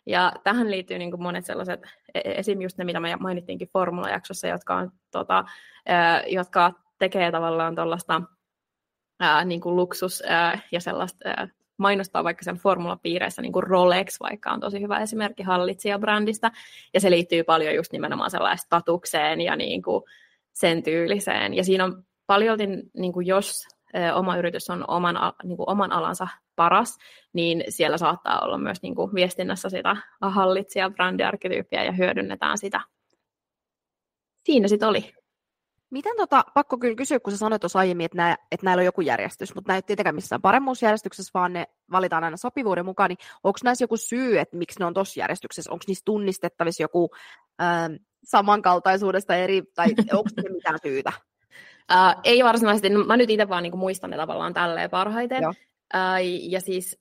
Ja tähän liittyy niin kuin monet sellaiset, esim. Just ne, mitä me mainittiinkin formulajaksossa, jotka tekee tavallaan tuollaista niin kuin luksus ja sellaista mainostaa vaikka sen formulapiireissä, niin kuin Rolex vaikka on tosi hyvä esimerkki hallitsijabrändistä, ja se liittyy paljon just nimenomaan sellaiseen statukseen ja niin kuin sen tyyliseen. Ja siinä on paljolti, niin kuin jos oma yritys on oman alansa paras, niin siellä saattaa olla myös niin kuin viestinnässä sitä hallitsija-brändiarkkityyppiä ja hyödynnetään sitä. Siinä sitten oli. Miten pakko kyllä kysyä, kun sä sanoit tuossa aiemmin, että näillä on joku järjestys, mutta näin ei ole tietenkään missään paremmuusjärjestyksessä, vaan ne valitaan aina sopivuuden mukaan, niin onko näissä joku syy, että miksi ne on tuossa järjestyksessä? Onko niissä tunnistettavissa joku samankaltaisuudesta eri, tai onko se mitään syytä? Ei varsinaisesti, mä nyt itse vaan niin kuin muistan ne tavallaan tälleen parhaiten. Ja siis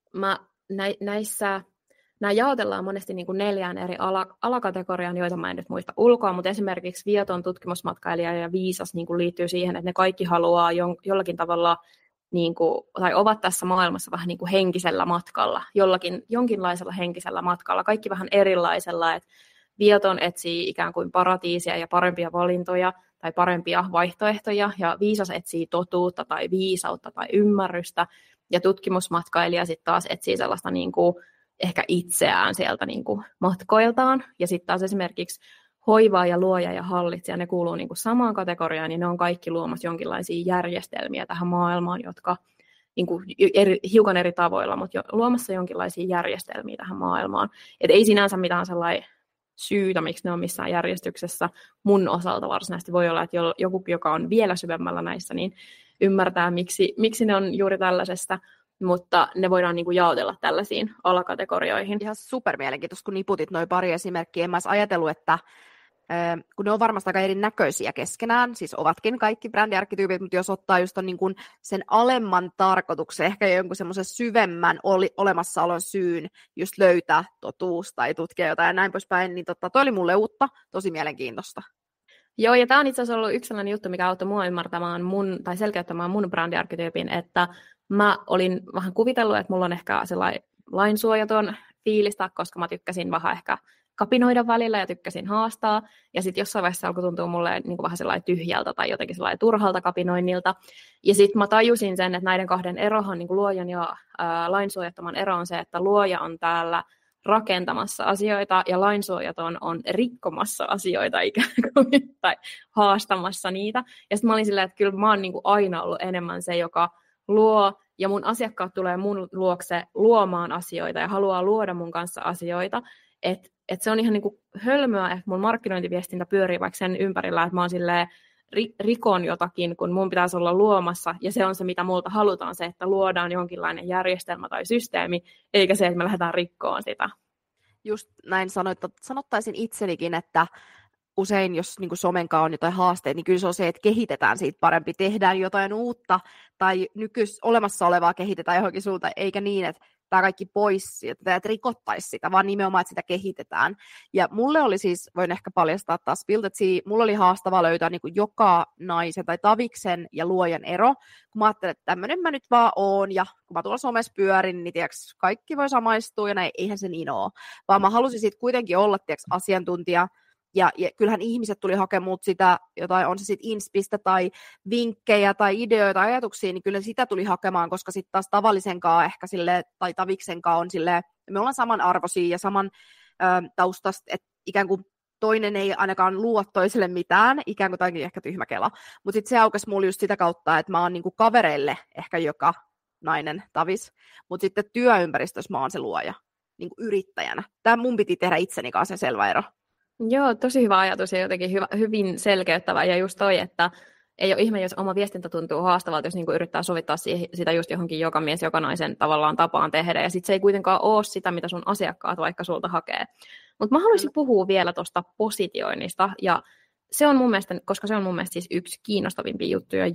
nämä jaotellaan monesti niin kuin 4 eri alakategoriaan, joita mä en nyt muista ulkoa, mutta esimerkiksi Vieton tutkimusmatkailija ja viisas niin kuin liittyy siihen, että ne kaikki haluaa jollakin tavalla, niin kuin, tai ovat tässä maailmassa vähän niin kuin henkisellä matkalla, jonkinlaisella henkisellä matkalla, kaikki vähän erilaisella, että Vieton etsii ikään kuin paratiisia ja parempia valintoja tai parempia vaihtoehtoja, ja viisas etsii totuutta tai viisautta tai ymmärrystä, ja tutkimusmatkailija sitten taas etsii sellaista niin kuin ehkä itseään sieltä niin kuin matkoiltaan, ja sitten taas esimerkiksi hoivaa ja luoja ja hallitsija, ne kuuluu niin kuin samaan kategoriaan, niin ne on kaikki luomassa jonkinlaisia järjestelmiä tähän maailmaan, jotka niin kuin hiukan eri tavoilla, mutta luomassa jonkinlaisia järjestelmiä tähän maailmaan. Et ei sinänsä mitään sellainen syytä, miksi ne on missään järjestyksessä. Mun osalta varsinaisesti voi olla, että joku, joka on vielä syvemmällä näissä, niin ymmärtää, miksi ne on juuri tällaisesta, mutta ne voidaan niin kuin jaotella tällaisiin alakategorioihin. Ihan supermielenkiintoista, kun niputit noin pari esimerkkiä. En mä olisi ajatellut, että kun ne on varmasti aika erinäköisiä keskenään, siis ovatkin kaikki brändiarkkityypit, mutta jos ottaa just on niin kuin sen alemman tarkoituksen, ehkä jonkun semmoisen syvemmän olemassaolon syyn just löytää totuus tai tutkia jotain ja näin poispäin, niin toi oli mulle uutta, tosi mielenkiintoista. Joo, ja tämä on itse asiassa ollut yksi sellainen juttu, mikä auttoi mua ymmärtämään tai selkeyttämään mun brändiarkkityypin, että mä olin vähän kuvitellut, että mulla on ehkä sellainen lainsuojaton fiilistä, koska mä tykkäsin vähän ehkä kapinoida välillä ja tykkäsin haastaa. Ja sitten jossain vaiheessa alkoi tuntua mulle niin kuin vähän sellainen tyhjältä tai jotenkin sellainen turhalta kapinoinnilta. Ja sitten mä tajusin sen, että näiden kahden erohan, niin kuin luojan ja lainsuojattoman ero on se, että luoja on täällä rakentamassa asioita ja lainsuojaton on rikkomassa asioita ikään kuin tai haastamassa niitä. Ja sitten mä olin silleen, että kyllä mä oon niin kuin aina ollut enemmän se, joka luo, ja mun asiakkaat tulee mun luokse luomaan asioita ja haluaa luoda mun kanssa asioita. Että se on ihan niin kuin hölmöä, että mun markkinointiviestintä pyörii vaikka sen ympärillä, että mä oon silleen rikon jotakin, kun mun pitäisi olla luomassa, ja se on se, mitä multa halutaan, se, että luodaan jonkinlainen järjestelmä tai systeemi, eikä se, että me lähdetään rikkoon sitä. Just näin sanottaisin itsenikin, että usein, jos niin kuin somenkaan on jotain haasteita, niin kyllä se on se, että kehitetään siitä parempi, tehdään jotain uutta, tai olemassa olevaa kehitetään johonkin suuntaan, eikä niin, että tämä kaikki pois, että rikottaisi sitä, vaan nimenomaan, että sitä kehitetään. Ja mulle oli siis, voin ehkä paljastaa taas Buildetsia, mulla oli haastava löytää niin kuin joka naisen tai taviksen ja luojan ero, kun mä ajattelin, että tämmöinen mä nyt vaan oon, ja kun mä tuolla somessa pyörin, niin tiiäks, kaikki voi samaistua, ja näin, eihän se niin ole. Vaan mä halusin sitten kuitenkin olla asiantuntija, ja kyllähän ihmiset tuli hakemaan sitä, jotain, on se sitten inspistä tai vinkkejä tai ideoita, ajatuksia, niin kyllä sitä tuli hakemaan, koska sitten taas tavallisenkaan ehkä sille, tai taviksenkaan on silleen, me ollaan samanarvoisia ja saman taustasta, että ikään kuin toinen ei ainakaan luo toiselle mitään, ikään kuin toikin ehkä tyhmä kela. Mutta sitten se aukesi mulle just sitä kautta, että mä oon niinku kavereille ehkä joka nainen tavis, mutta sitten työympäristössä mä oon se luoja, niinku yrittäjänä. Tämä mun piti tehdä itseni kanssa selvä ero. Joo, tosi hyvä ajatus ja jotenkin hyvin selkeyttävä. Ja just toi, että ei ole ihme, jos oma viestintä tuntuu haastavalta, jos niinku yrittää sovittaa sitä just johonkin joka mies, joka naisen tavallaan tapaan tehdä. Ja sitten se ei kuitenkaan ole sitä, mitä sun asiakkaat vaikka sulta hakee. Mutta mä haluaisin puhua vielä tuosta positioinnista. Ja se on mun mielestä, koska se on mun mielestä siis yksi kiinnostavimpia juttuja,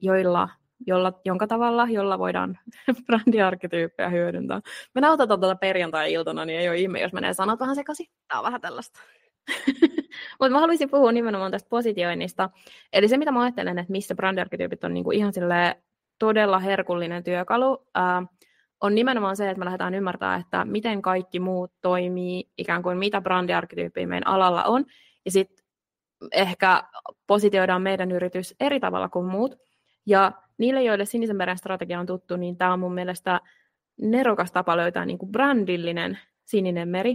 jolla voidaan brändiarkkityyppejä hyödyntää. Me nauhoitetaan tätä perjantai-iltana, niin ei ole ihme, jos menee sanat vähän sekaisin. Tämä on vähän tällaista. Mutta mä haluaisin puhua nimenomaan tästä positioinnista. Eli se, mitä mä ajattelen, että missä brändiarkkityypit on niinku ihan todella herkullinen työkalu, on nimenomaan se, että me lähdetään ymmärtämään, että miten kaikki muut toimii, ikään kuin mitä brändiarkkityyppiä meidän alalla on, ja sitten ehkä positioidaan meidän yritys eri tavalla kuin muut. Ja niille, joille Sinisen meren strategia on tuttu, niin tämä on mun mielestä nerokas tapa löytää niin kuin brändillinen sininen meri.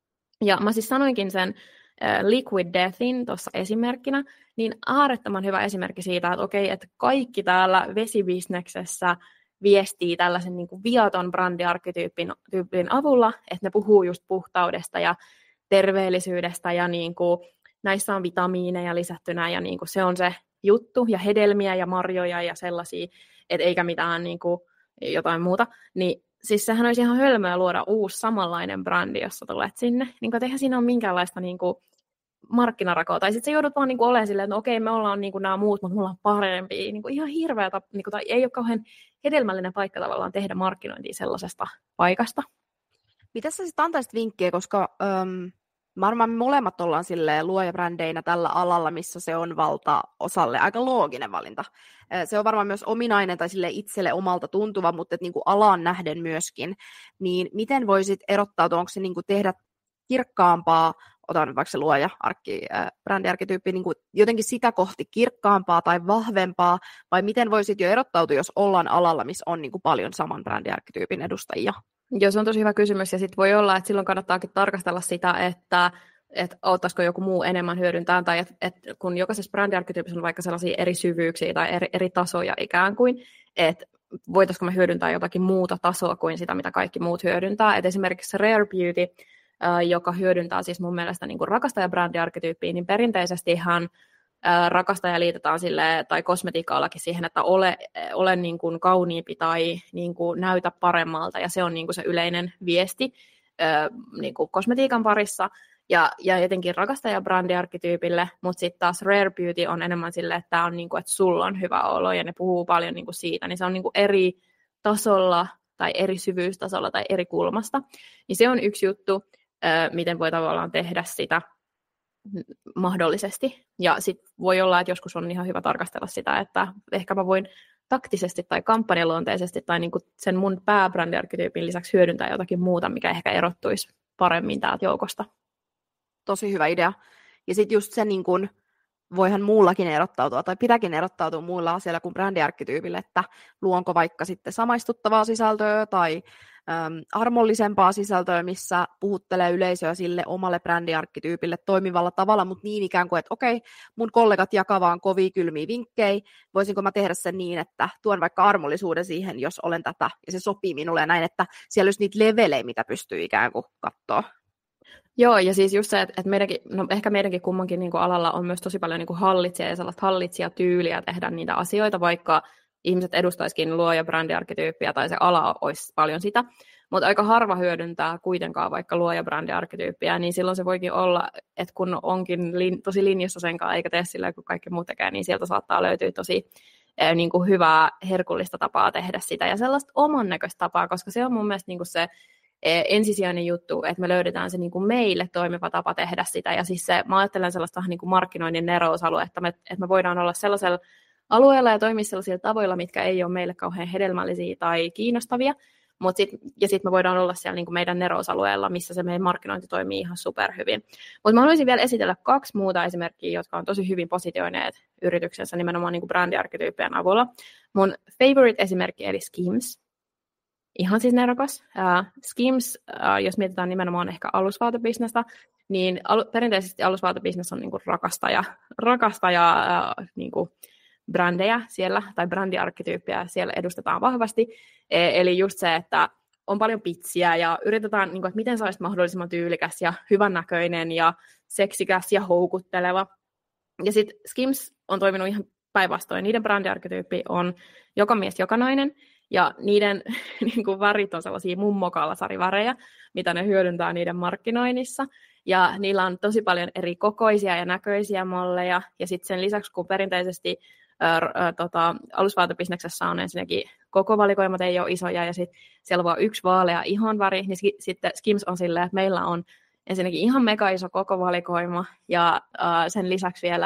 Ja mä siis sanoinkin sen Liquid Deathin tuossa esimerkkinä, niin äärettömän hyvä esimerkki siitä, että okei, että kaikki täällä vesibisneksessä viestii tällaisen niin kuin viaton brändiarkkityypin avulla, että ne puhuu just puhtaudesta ja terveellisyydestä ja niin kuin, näissä on vitamiineja lisättynä ja niin kuin, se on se juttu ja hedelmiä ja marjoja ja sellaisia, et eikä mitään niin kuin, jotain muuta, niin siis sehän olisi ihan hölmöä luoda uusi samanlainen brändi, jos sä tulet sinne. Niin kuin, eihän siinä ole minkäänlaista niin kuin, markkinarakoa. Tai sitten sä joudut vaan niin kuin, olemaan silleen, että no, okei, me ollaan niin kuin, nämä muut, mutta me ollaan parempia. Niin kuin, ihan hirveä, niin kuin, tai ei ole kauhean hedelmällinen paikka tavallaan tehdä markkinointia sellaisesta paikasta. Mitä sä sitten antaisit vinkkiä, koska varmaan me molemmat ollaan luojabrändeinä tällä alalla, missä se on valtaosalle aika looginen valinta. Se on varmaan myös ominainen tai sille itselle omalta tuntuva, mutta niin kuin alaan nähden myöskin. Niin miten voisit erottautua, onko se niin kuin tehdä kirkkaampaa, otan vaikka se brändiarkkityyppi, niin kuin jotenkin sitä kohti kirkkaampaa tai vahvempaa, vai miten voisit jo erottautua, jos ollaan alalla, missä on niin kuin paljon saman brändiarkkityypin edustajia? Joo, se on tosi hyvä kysymys, ja sitten voi olla, että silloin kannattaakin tarkastella sitä, että ottaisiko joku muu enemmän hyödyntää, tai että kun jokaisessa brändiarkkityypissä on vaikka sellaisia eri syvyyksiä tai eri tasoja ikään kuin, että voitaisiko me hyödyntää jotakin muuta tasoa kuin sitä, mitä kaikki muut hyödyntää. Et esimerkiksi Rare Beauty, joka hyödyntää siis mun mielestä niin kuin rakastajabrändiarkkityyppiä, niin perinteisesti ihan rakastaja liitetään tai kosmetiikka-alakin siihen, että ole niin kuin kauniimpi tai niin kuin näytä paremmalta, ja se on niin kuin se yleinen viesti niin kuin kosmetiikan parissa, ja etenkin rakastajabrändiarkkityypille, mutta sitten taas Rare Beauty on enemmän silleen, että tämä on niin kuin, että sulla on hyvä olo, ja ne puhuu paljon niin kuin siitä, niin se on niin kuin eri tasolla, tai eri syvyystasolla, tai eri kulmasta, niin se on yksi juttu, miten voi tavallaan tehdä sitä mahdollisesti. Ja sitten voi olla, että joskus on ihan hyvä tarkastella sitä, että ehkä mä voin taktisesti tai kampanjaluonteisesti tai niinku sen mun pääbrändiarkkityypin lisäksi hyödyntää jotakin muuta, mikä ehkä erottuisi paremmin täältä joukosta. Tosi hyvä idea. Ja sitten just se, niin kun, voihan muullakin erottautua tai pitääkin erottautua muilla asioilla kuin brändiarkkityypille, että luonko vaikka sitten samaistuttavaa sisältöä tai armollisempaa sisältöä, missä puhuttelee yleisöä sille omalle brändiarkkityypille toimivalla tavalla, mutta niin ikään kuin, että okei, mun kollegat jakaa vaan kovia kylmiä vinkkejä, voisinko mä tehdä sen niin, että tuon vaikka armollisuuden siihen, jos olen tätä, ja se sopii minulle ja näin, että siellä olisi niitä levelejä, mitä pystyy ikään kuin katsoa. Joo, ja siis just se, että meidänkin, no ehkä meidänkin kummankin niin kuin alalla on myös tosi paljon niin kuin hallitsija ja sellaista hallitsijatyyliä tehdä niitä asioita, vaikka ihmiset edustaisikin luoja brändiarkkityyppiä tai se ala olisi paljon sitä, mutta aika harva hyödyntää kuitenkaan vaikka luoja brändiarkkityyppiä, niin silloin se voikin olla, että kun onkin tosi linjassa sen kanssa eikä tee sillä kun kaikki muut tekee, niin sieltä saattaa löytyä tosi niin kuin hyvää herkullista tapaa tehdä sitä ja sellaista oman näköistä tapaa, koska se on mun mielestä niin kuin se ensisijainen juttu, että me löydetään se niin kuin meille toimiva tapa tehdä sitä. Ja siis mä ajattelen sellaista niin kuin markkinoinnin nerousalue, että me voidaan olla sellaisella alueella ja toimia sellaisilla tavoilla, mitkä ei ole meille kauhean hedelmällisiä tai kiinnostavia. Sitten me voidaan olla siellä niin kuin meidän nerousalueella, missä se meidän markkinointi toimii ihan superhyvin. Mutta mä haluaisin vielä esitellä 2 muuta esimerkkiä, jotka on tosi hyvin positioineet yrityksensä nimenomaan niin kuin brändiarkkityyppien avulla. Mun favorite-esimerkki eli Skims. Ihan siis nerokas. Skims, jos mietitään nimenomaan ehkä alusvaatebisnestä, niin perinteisesti alusvaatebisnes on niinku rakastaja niinku brändejä siellä, tai brändiarkkityyppiä siellä edustetaan vahvasti. Eli just se, että on paljon pitsiä ja yritetään, niinku, että miten saisi mahdollisimman tyylikäs ja hyvännäköinen ja seksikäs ja houkutteleva. Ja sitten Skims on toiminut ihan päinvastoin. Niiden brändiarkkityyppi on joka mies, joka nainen. Ja niiden niin kuin värit on sellaisia mummokalasarivärejä, mitä ne hyödyntää niiden markkinoinnissa. Ja niillä on tosi paljon eri kokoisia ja näköisiä malleja. Ja sitten sen lisäksi, kun perinteisesti alusvaatebisneksessä on ensinnäkin koko valikoimat ei ole isoja, ja sitten siellä on vain yksi vaalea ihonväri, niin sitten Skims on silleen, että meillä on ensinnäkin ihan mega iso koko valikoima, ja sen lisäksi vielä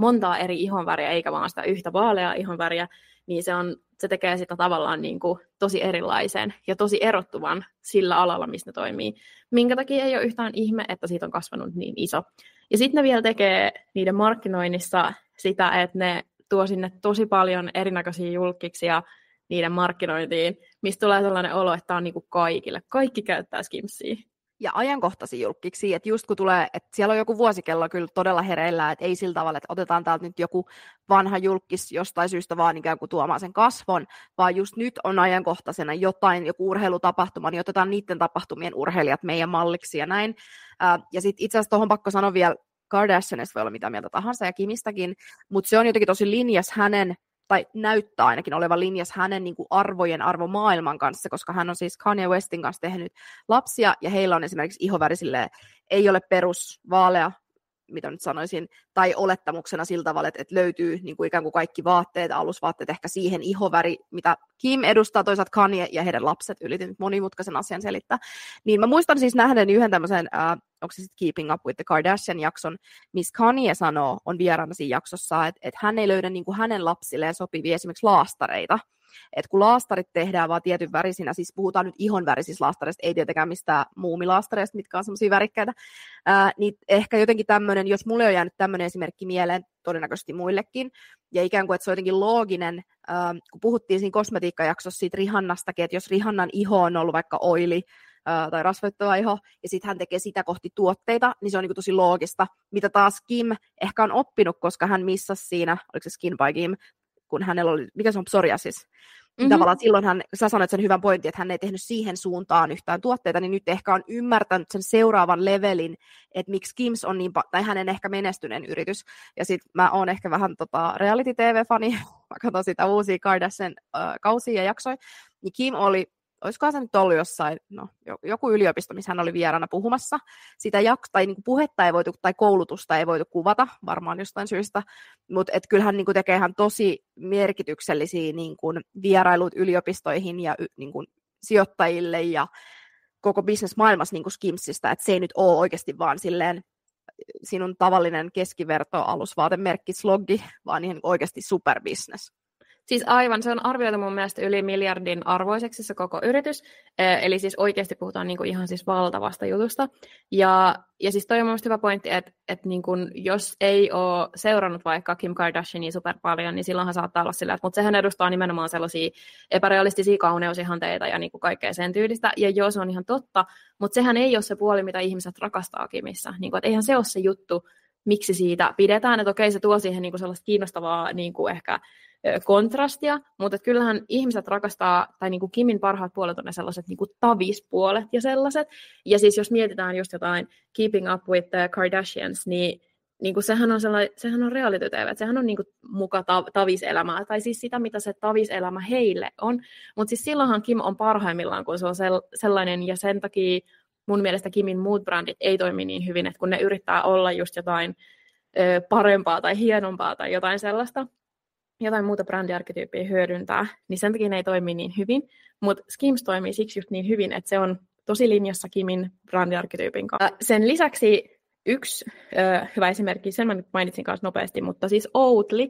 montaa eri ihonväriä, eikä vaan sitä yhtä vaaleaa ihonväriä, niin se tekee sitä tavallaan niin kuin tosi erilaisen ja tosi erottuvan sillä alalla, missä ne toimii. Minkä takia ei ole yhtään ihme, että siitä on kasvanut niin iso. Ja sitten ne vielä tekee niiden markkinoinnissa sitä, että ne tuo sinne tosi paljon erinäköisiä julkkiksia niiden markkinointiin, mistä tulee sellainen olo, että tämä on niin kuin kaikille. Kaikki käyttää Skimsia. Ja ajankohtaisia julkkiksi, että just kun tulee, että siellä on joku vuosikello kyllä todella hereillä, että ei sillä tavalla, että otetaan täältä nyt joku vanha julkkis jostain syystä vaan ikään kuin tuomaan sen kasvon, vaan just nyt on ajankohtaisena joku urheilutapahtuma, niin otetaan niiden tapahtumien urheilijat meidän malliksi ja näin. Ja sitten itse asiassa tuohon pakko sanoa vielä, Kardashianista voi olla mitä mieltä tahansa ja Kimistäkin, mutta se on jotenkin tosi linjas hänen, tai näyttää ainakin olevan linjas hänen niin kuin arvomaailman kanssa, koska hän on siis Kanye Westin kanssa tehnyt lapsia, ja heillä on esimerkiksi ihoväri silleen, ei ole perusvaalea, mitä nyt sanoisin, tai olettamuksena sillä tavalla, että löytyy niin kuin ikään kuin kaikki vaatteet, alusvaatteet ehkä siihen ihoväri, mitä Kim edustaa, toisaalta Kanye ja heidän lapset, yritin nyt monimutkaisen asian selittää. Niin mä muistan siis nähden yhden tämmöisen, onko se sitten Keeping Up with the Kardashian-jakson, missä Kanye sanoo, on vieraana siinä jaksossa, että hän ei löydä niin kuin hänen lapsilleen sopivia esimerkiksi laastareita. Että kun laastarit tehdään vaan tietyn värisinä, siis puhutaan nyt ihonvärisistä laastareista, ei tietenkään mistään muumilaastareista, mitkä on semmoisia värikkäitä, niin ehkä jotenkin tämmöinen, jos mulle on jäänyt tämmöinen esimerkki mieleen, todennäköisesti muillekin, ja ikään kuin, että se on jotenkin looginen, kun puhuttiin siinä kosmetiikkajaksossa siitä Rihannastakin, että jos Rihannan iho on ollut vaikka oili, tai rasvoittava iho, ja sitten hän tekee sitä kohti tuotteita, niin se on niin kuin tosi loogista, mitä taas Kim ehkä on oppinut, koska hän missasi siinä, oliko se Skin by Kim, kun hänellä oli, mikä se on, psoriasis. Tavallaan silloin sä sanoit sen hyvän pointin, että hän ei tehnyt siihen suuntaan yhtään tuotteita, niin nyt ehkä on ymmärtänyt sen seuraavan levelin, että miksi Kims on niin, tai hänen ehkä menestyneen yritys. Ja sit mä oon ehkä vähän reality-tv-fani, mä katson sitä uusia Kardashian kausia ja jaksoja, niin Kim oli, olisikohan se nyt ollut jossain, joku yliopisto, missä hän oli vieraana puhumassa. Sitä tai niin kuin puhetta ei voitu, tai koulutusta ei voitu kuvata, varmaan jostain syystä, mutta kyllähän niin kuin tekee hän tosi merkityksellisiä niin kuin vierailut yliopistoihin ja niin kuin sijoittajille ja koko bisnesmaailmassa niin kuin Skimsistä, että se ei nyt ole oikeasti vaan silleen sinun tavallinen keskiverto-alusvaatemerkki sloggi, vaan ihan oikeasti superbusiness. Siis aivan, se on arvioitu mun mielestä yli miljardin arvoiseksi se koko yritys, eli siis oikeasti puhutaan niinku ihan siis valtavasta jutusta. Ja siis toi on mun mielestä hyvä pointti, että niinku, jos ei ole seurannut vaikka Kim Kardashiania super paljon, niin silloinhan saattaa olla sillä, mutta sehän edustaa nimenomaan sellaisia epärealistisia kauneusihanteita ja niinku kaikkea sen tyylistä. Ja joo, se on ihan totta, mutta sehän ei ole se puoli, mitä ihmiset rakastaa Kimissä. Niinku, et eihän se ole se juttu, miksi siitä pidetään, että okei, se tuo siihen niinku sellaista kiinnostavaa niinku ehkä kontrastia, mutta kyllähän ihmiset rakastaa, tai niin kuin Kimin parhaat puolet on ne sellaiset niin kuin tavispuolet ja sellaiset. Ja siis jos mietitään just jotain Keeping Up with the Kardashians, niin kuin sehän on reality-tv, sehän on niin kuin muka taviselämää, tai siis sitä, mitä se taviselämä heille on. Mutta siis silloinhan Kim on parhaimmillaan, kun se on sellainen, ja sen takia mun mielestä Kimin muut brändit ei toimi niin hyvin, että kun ne yrittää olla just jotain parempaa tai hienompaa tai jotain sellaista, jotain muuta brändiarkkityyppiä hyödyntää, niin sen takia ne ei toimi niin hyvin, mutta Skims toimii siksi just niin hyvin, että se on tosi linjassa Kimin brändiarkkityypin kanssa. Sen lisäksi yksi hyvä esimerkki, sen mä nyt mainitsin kanssa nopeasti, mutta siis Oatly,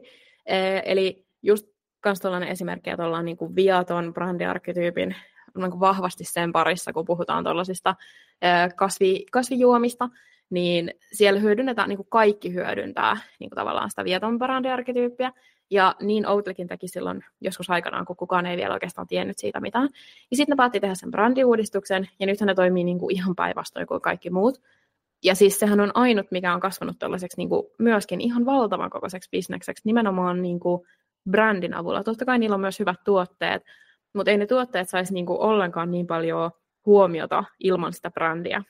eli just kans tuollainen esimerkki, että ollaan niin kuin viaton brändiarkkityypin niin kuin vahvasti sen parissa, kun puhutaan tuollaisista kasvijuomista, niin siellä hyödynnetään, niin kuin kaikki hyödyntää niin kuin tavallaan sitä viaton brändiarkkityyppiä, ja niin Oatlykin teki silloin joskus aikanaan, kun kukaan ei vielä oikeastaan tiennyt siitä mitään. Ja sitten ne päätti tehdä sen brändiuudistuksen, ja nythän ne toimii niin kuin ihan päinvastoin kuin kaikki muut. Ja siis sehän on ainut, mikä on kasvanut tällaiseksi niin kuin myöskin ihan valtavan kokoiseksi bisnekseksi, nimenomaan niin kuin brändin avulla. Totta kai niillä on myös hyvät tuotteet, mutta ei ne tuotteet saisi niin kuin ollenkaan niin paljon huomiota ilman sitä brändiä.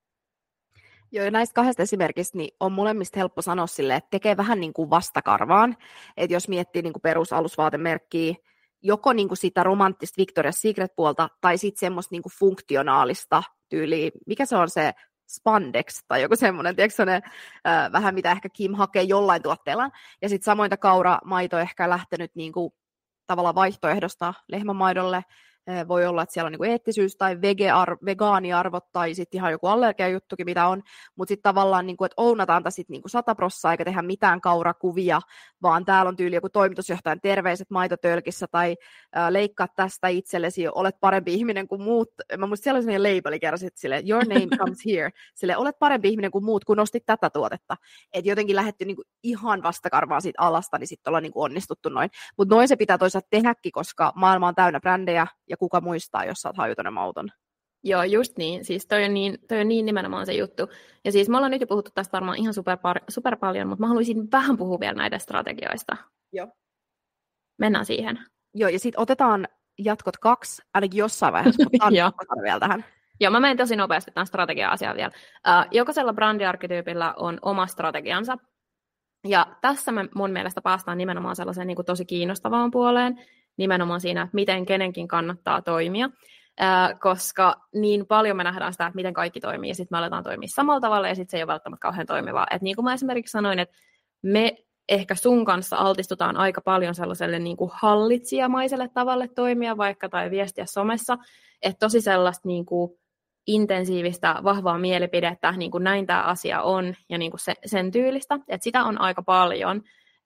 Joo, näistä kahdesta esimerkistä niin on molemmista helppo sanoa silleen, että tekee vähän niin kuin vastakarvaan. Että jos miettii niin kuin perusalusvaatemerkkiä, joko niin kuin sitä romanttista Victoria's Secret-puolta, tai sitten semmoista niin kuin funktionaalista tyyliä, mikä se on se spandex, tai joku semmoinen, tiedätkö vähän mitä ehkä Kim hakee jollain tuotteella. Ja sitten samoin kauramaito ehkä lähtenyt niin kuin tavallaan vaihtoehdosta lehmämaidolle, Voi olla, että siellä on niin kuin eettisyys tai vegaaniarvot tai sitten ihan joku allergiajuttukin, mitä on. Mutta sitten tavallaan, niin kuin, että ounataan tästä niin 100% eikä tehdä mitään kaurakuvia, vaan täällä on tyyli joku toimitusjohtajan terveiset maitotölkissä tai leikkaa tästä itsellesi, olet parempi ihminen kuin muut. Mä muistin, siellä oli sellainen labeli kerran silleen, your name comes here. Silleen, olet parempi ihminen kuin muut, kun nostit tätä tuotetta. Että jotenkin lähdetty niin kuin ihan vastakarvaan siitä alasta, niin sitten ollaan niin kuin onnistuttu noin. Mutta noin se pitää toisaalta tehdäkin, koska maailma on täynnä brändejä, ja kuka muistaa, jos sä oot hajutonen mauton. Joo, just niin. Siis toi on niin nimenomaan se juttu. Ja siis me ollaan nyt jo puhuttu tästä varmaan ihan super paljon, mutta mä haluaisin vähän puhua vielä näiden strategioista. Joo. Mennään siihen. Joo, ja sitten otetaan jatkot 2, ainakin jossain vaiheessa, mutta vielä tähän. Joo, mä menen tosi nopeasti tämän strategia-asiaan vielä. Jokaisella brändiarkkityypillä on oma strategiansa. Ja tässä me mun mielestä päästään nimenomaan sellaiseen niin kuin tosi kiinnostavaan puoleen, nimenomaan siinä, että miten kenenkin kannattaa toimia, koska niin paljon me nähdään sitä, että miten kaikki toimii, ja sitten me aletaan toimia samalla tavalla, ja sitten se ei ole välttämättä kauhean toimivaa. Et niin kuin mä esimerkiksi sanoin, että me ehkä sun kanssa altistutaan aika paljon sellaiselle niin kuin hallitsijamaiselle tavalle toimia vaikka tai viestiä somessa, että tosi sellaista niin kuin intensiivistä, vahvaa mielipidettä, niin kuin näin tämä asia on, ja niin kuin sen tyylistä, että sitä on aika paljon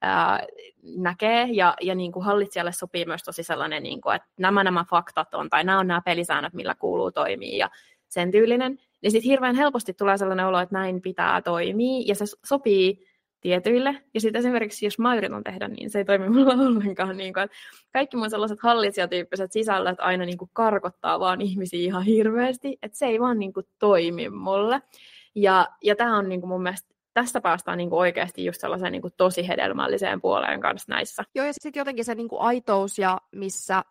näkee, ja niin kuin hallitsijalle sopii myös tosi sellainen, niin kuin, että nämä faktat on, tai nämä on nämä pelisäännöt, millä kuuluu toimia, ja sen tyylinen, niin sitten hirveän helposti tulee sellainen olo, että näin pitää toimia, ja se sopii tietyille, ja sitten esimerkiksi jos mä yritän tehdä, niin se ei toimi mulla ollenkaan. Niin kuin, että kaikki mun sellaiset hallitsijatyyppiset sisällöt aina niin kuin karkottaa vaan ihmisiä ihan hirveästi, että se ei vaan niin kuin toimi mulle. Ja tämä on niin kuin mun mielestä, tästä päästään niin kuin oikeasti just sellaiseen niin kuin tosi hedelmälliseen puoleen kanssa näissä. Joo, ja sitten jotenkin se niin kuin aitous ja missä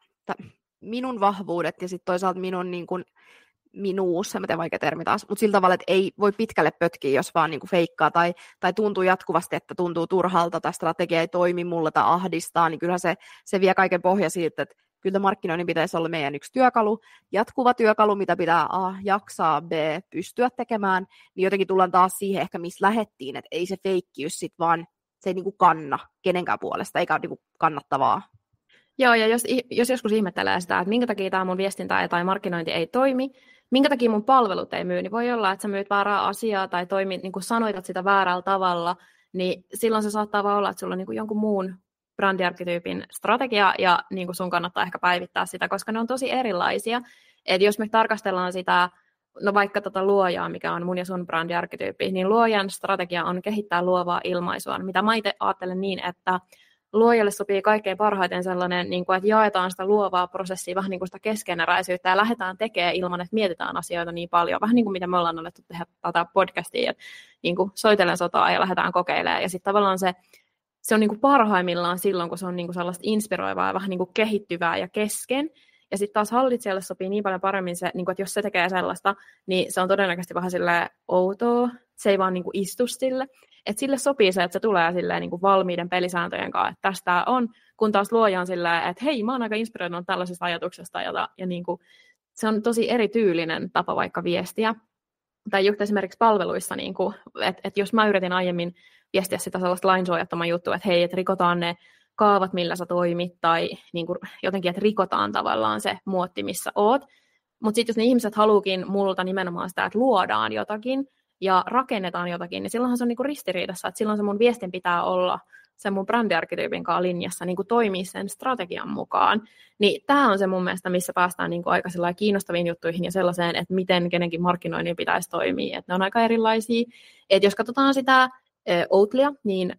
minun vahvuudet ja sitten toisaalta minun niin kuin minuus, se on vaikea termi taas, mutta sillä tavalla, että ei voi pitkälle pötkiä, jos vaan niinku feikkaa tai tuntuu jatkuvasti, että tuntuu turhalta tai strategia ei toimi mulle tai ahdistaa, niin kyllähän se vie kaiken pohja siitä, että kyllä markkinoinnin pitäisi olla meidän yksi työkalu, jatkuva työkalu, mitä pitää A, jaksaa, B, pystyä tekemään, niin jotenkin tullaan taas siihen ehkä, missä lähettiin, että ei se feikkiys sit vaan, se ei niinku kanna kenenkään puolesta, eikä ole niinku kannattavaa. Joo, ja jos joskus ihmettelee sitä, että minkä takia tämä mun viestintä tai markkinointi ei toimi, minkä takia mun palvelut ei myy, niin voi olla, että sä myyt väärää asiaa tai toimit, niin kuin sanoitat sitä väärällä tavalla, niin silloin se saattaa vaan olla, että sulla on niin kuin jonkun muun brändiarkkityypin strategia, ja niin kuin sun kannattaa ehkä päivittää sitä, koska ne on tosi erilaisia. Et jos me tarkastellaan sitä, no vaikka luojaa, mikä on mun ja sun brändiarkkityyppi, niin luojan strategia on kehittää luovaa ilmaisua, mitä mä itse ajattelen niin, että luojalle sopii kaikkein parhaiten sellainen, niin kuin, että jaetaan sitä luovaa prosessia, vähän niin kuin sitä keskeneräisyyttä, ja lähdetään tekemään ilman, että mietitään asioita niin paljon, vähän niin kuin mitä me ollaan alettu tehdä tätä podcastia, että niin kuin soitellen sotaa ja lähdetään kokeilemaan, ja sitten tavallaan se on niin kuin parhaimmillaan silloin, kun se on niin kuin sellaista inspiroivaa ja vähän niin kuin kehittyvää ja kesken, ja sitten taas hallitsijalle sopii niin paljon paremmin se, niin kuin, että jos se tekee sellaista, niin se on todennäköisesti vähän silleen outoa, se ei vaan niin kuin istu sille, että sille sopii se, että se tulee silleen niin kuin valmiiden pelisääntöjen kanssa, että tästä on, kun taas luoja on silleen, että hei, mä oon aika inspiroinut tällaisesta ajatuksesta, ja niin kuin, se on tosi erityylinen tapa vaikka viestiä. Tai just esimerkiksi palveluissa, niin kuin, että jos mä yritin aiemmin viestiä sitä sellaista lainsuojattoman juttua, että hei, että rikotaan ne kaavat, millä sä toimit, tai niin kuin jotenkin, että rikotaan tavallaan se muotti, missä oot. Mutta sitten jos ne ihmiset haluukin multa nimenomaan sitä, että luodaan jotakin, ja rakennetaan jotakin, niin silloinhan se on niinku ristiriidassa, että silloin se mun viestin pitää olla sen mun brändiarkkityypin kanssa linjassa, niin kuin toimii sen strategian mukaan. Niin tämä on se mun mielestä, missä päästään niinku aika kiinnostaviin juttuihin ja sellaiseen, että miten kenenkin markkinoinnin pitäisi toimia. Että ne on aika erilaisia. Et jos katsotaan sitä Oatlia, niin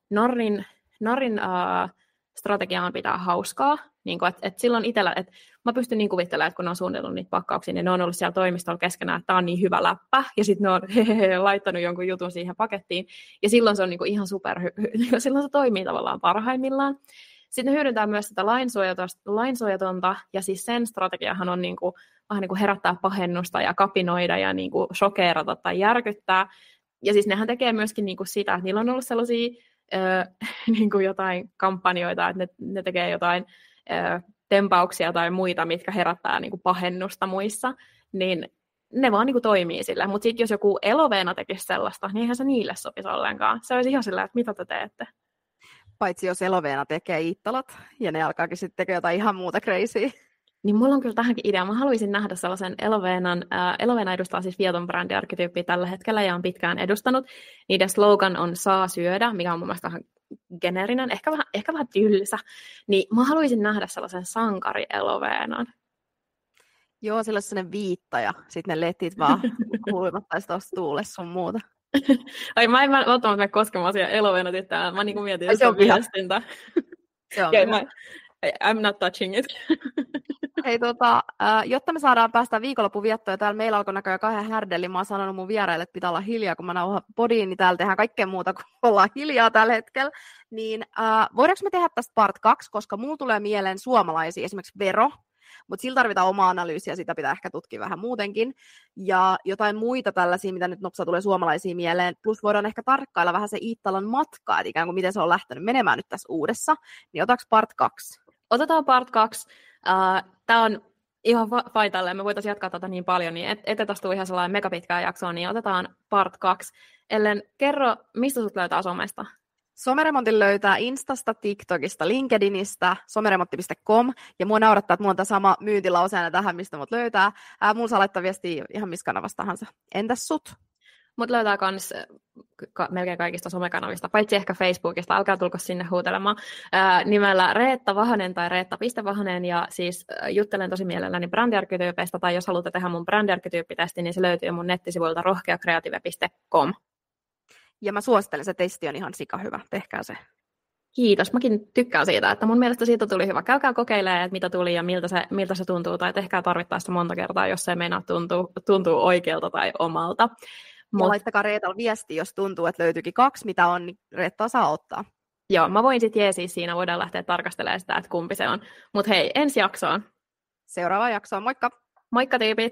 Narrin strategiaan pitää hauskaa. Niin että silloin itsellä, että mä pystyn niin kuvittelemaan, että kun ne on suunnitellut niitä pakkauksia, niin ne on ollut siellä toimistolla keskenään, että tämä on niin hyvä läppä, ja sitten ne on laittanut jonkun jutun siihen pakettiin, ja silloin se on niin kuin ihan silloin se toimii tavallaan parhaimmillaan. Sitten ne hyödyntää myös sitä lainsuojatonta, ja siis sen strategiahan on niin kuin, vähän niin kuin herättää pahennusta ja kapinoida ja niin kuin shokeerata tai järkyttää. Ja siis nehän tekee myöskin niin kuin sitä, että niillä on ollut sellaisia niin kuin jotain kampanjoita, että ne tekee jotain tempauksia tai muita, mitkä herättää niin kuin pahennusta muissa, niin ne vaan niin kuin toimii sillä. Mutta sitten jos joku Eloveena tekisi sellaista, niin eihän se niille sopisi ollenkaan. Se olisi ihan sillä, että mitä te teette. Paitsi jos Eloveena tekee Iittalat, ja ne alkaakin sitten tekemään jotain ihan muuta crazyä. Niin mulla on kyllä tähänkin idea. Mä haluaisin nähdä sellaisen Eloveenan. Elovena edustaa siis Vieton brändiarkkityyppiä tällä hetkellä ja on pitkään edustanut. Niiden slogan on saa syödä, mikä on mun mielestä vähän geneerinen, ehkä vähän tylsä. Niin mä haluaisin nähdä sellaisen sankari Eloveenan. Joo, sillä on sellainen viitta ja sitten ne letit vaan huimattaisi tuossa tuulessa sun muuta. Ai mä en välttämättä mene koskemaan siihen Eloveenat yhtään. Mä niin mietin, että se on viestintä. Se on I'm not touching it. Hei, jotta me saadaan päästä viikonlopun viettoon, täällä meillä alkoi näköjään 2 härdelli. Mä oon sanonut mun vieraille, että pitää olla hiljaa, kun mä nauhan podiin, niin täällä tehdään kaikkea muuta kuin ollaan hiljaa tällä hetkellä. Niin voidaanko me tehdä tästä part 2, koska mulla tulee mieleen suomalaisia, esimerkiksi vero, mutta sillä tarvitaan oma analyysiä, sitä pitää ehkä tutkia vähän muutenkin. Ja jotain muita tällaisia, mitä nyt nopsaa tulee suomalaisiin mieleen. Plus voidaan ehkä tarkkailla vähän se Iittalan matkaa, että ikään kuin miten se on lähtenyt menemään nyt tässä uudessa. Niin otaks part 2? Otetaan part 2. Tämä on ihan faitalle, me voitaisiin jatkaa tätä niin paljon, niin ettei tästä tule ihan sellainen megapitkää jaksoa, niin otetaan part 2. Ellen, kerro, mistä sut löytää somesta? Someremontin löytää Instasta, TikTokista, LinkedInistä, someremontti.com, ja mua naurattaa, että mulla on tämä sama myyntilauseena tähän, mistä mut löytää. Mulla saa laittaa viestiä ihan missä kanavasta tahansa. Entäs sut? Mut löytää kans melkein kaikista somekanavista, paitsi ehkä Facebookista, älkää tulko sinne huutelemaan, nimellä Reetta Vahanen tai Reetta.Vahanen, ja siis juttelen tosi mielelläni brändiarkkityypeistä, tai jos haluatte tehdä mun brändiarkkityyppitesti, niin se löytyy mun nettisivuilta rohkeakreative.com. Ja mä suosittelen, se testi on ihan sikahyvä, tehkää se. Kiitos, mäkin tykkään siitä, että mun mielestä siitä tuli hyvä. Käykää kokeilemaan, että mitä tuli ja miltä se tuntuu, tai tehkää tarvittaessa monta kertaa, jos se ei meinaa tuntuu oikealta tai omalta. Ja laittakaa Reetalle viesti, jos tuntuu, että löytyykin 2, mitä on, niin Reetta saa ottaa. Joo, mä voin sitten jeesiä siinä, voidaan lähteä tarkastelemaan sitä, että kumpi se on. Mutta hei, ensi jaksoon. Seuraava jaksoon, moikka! Moikka tyypit!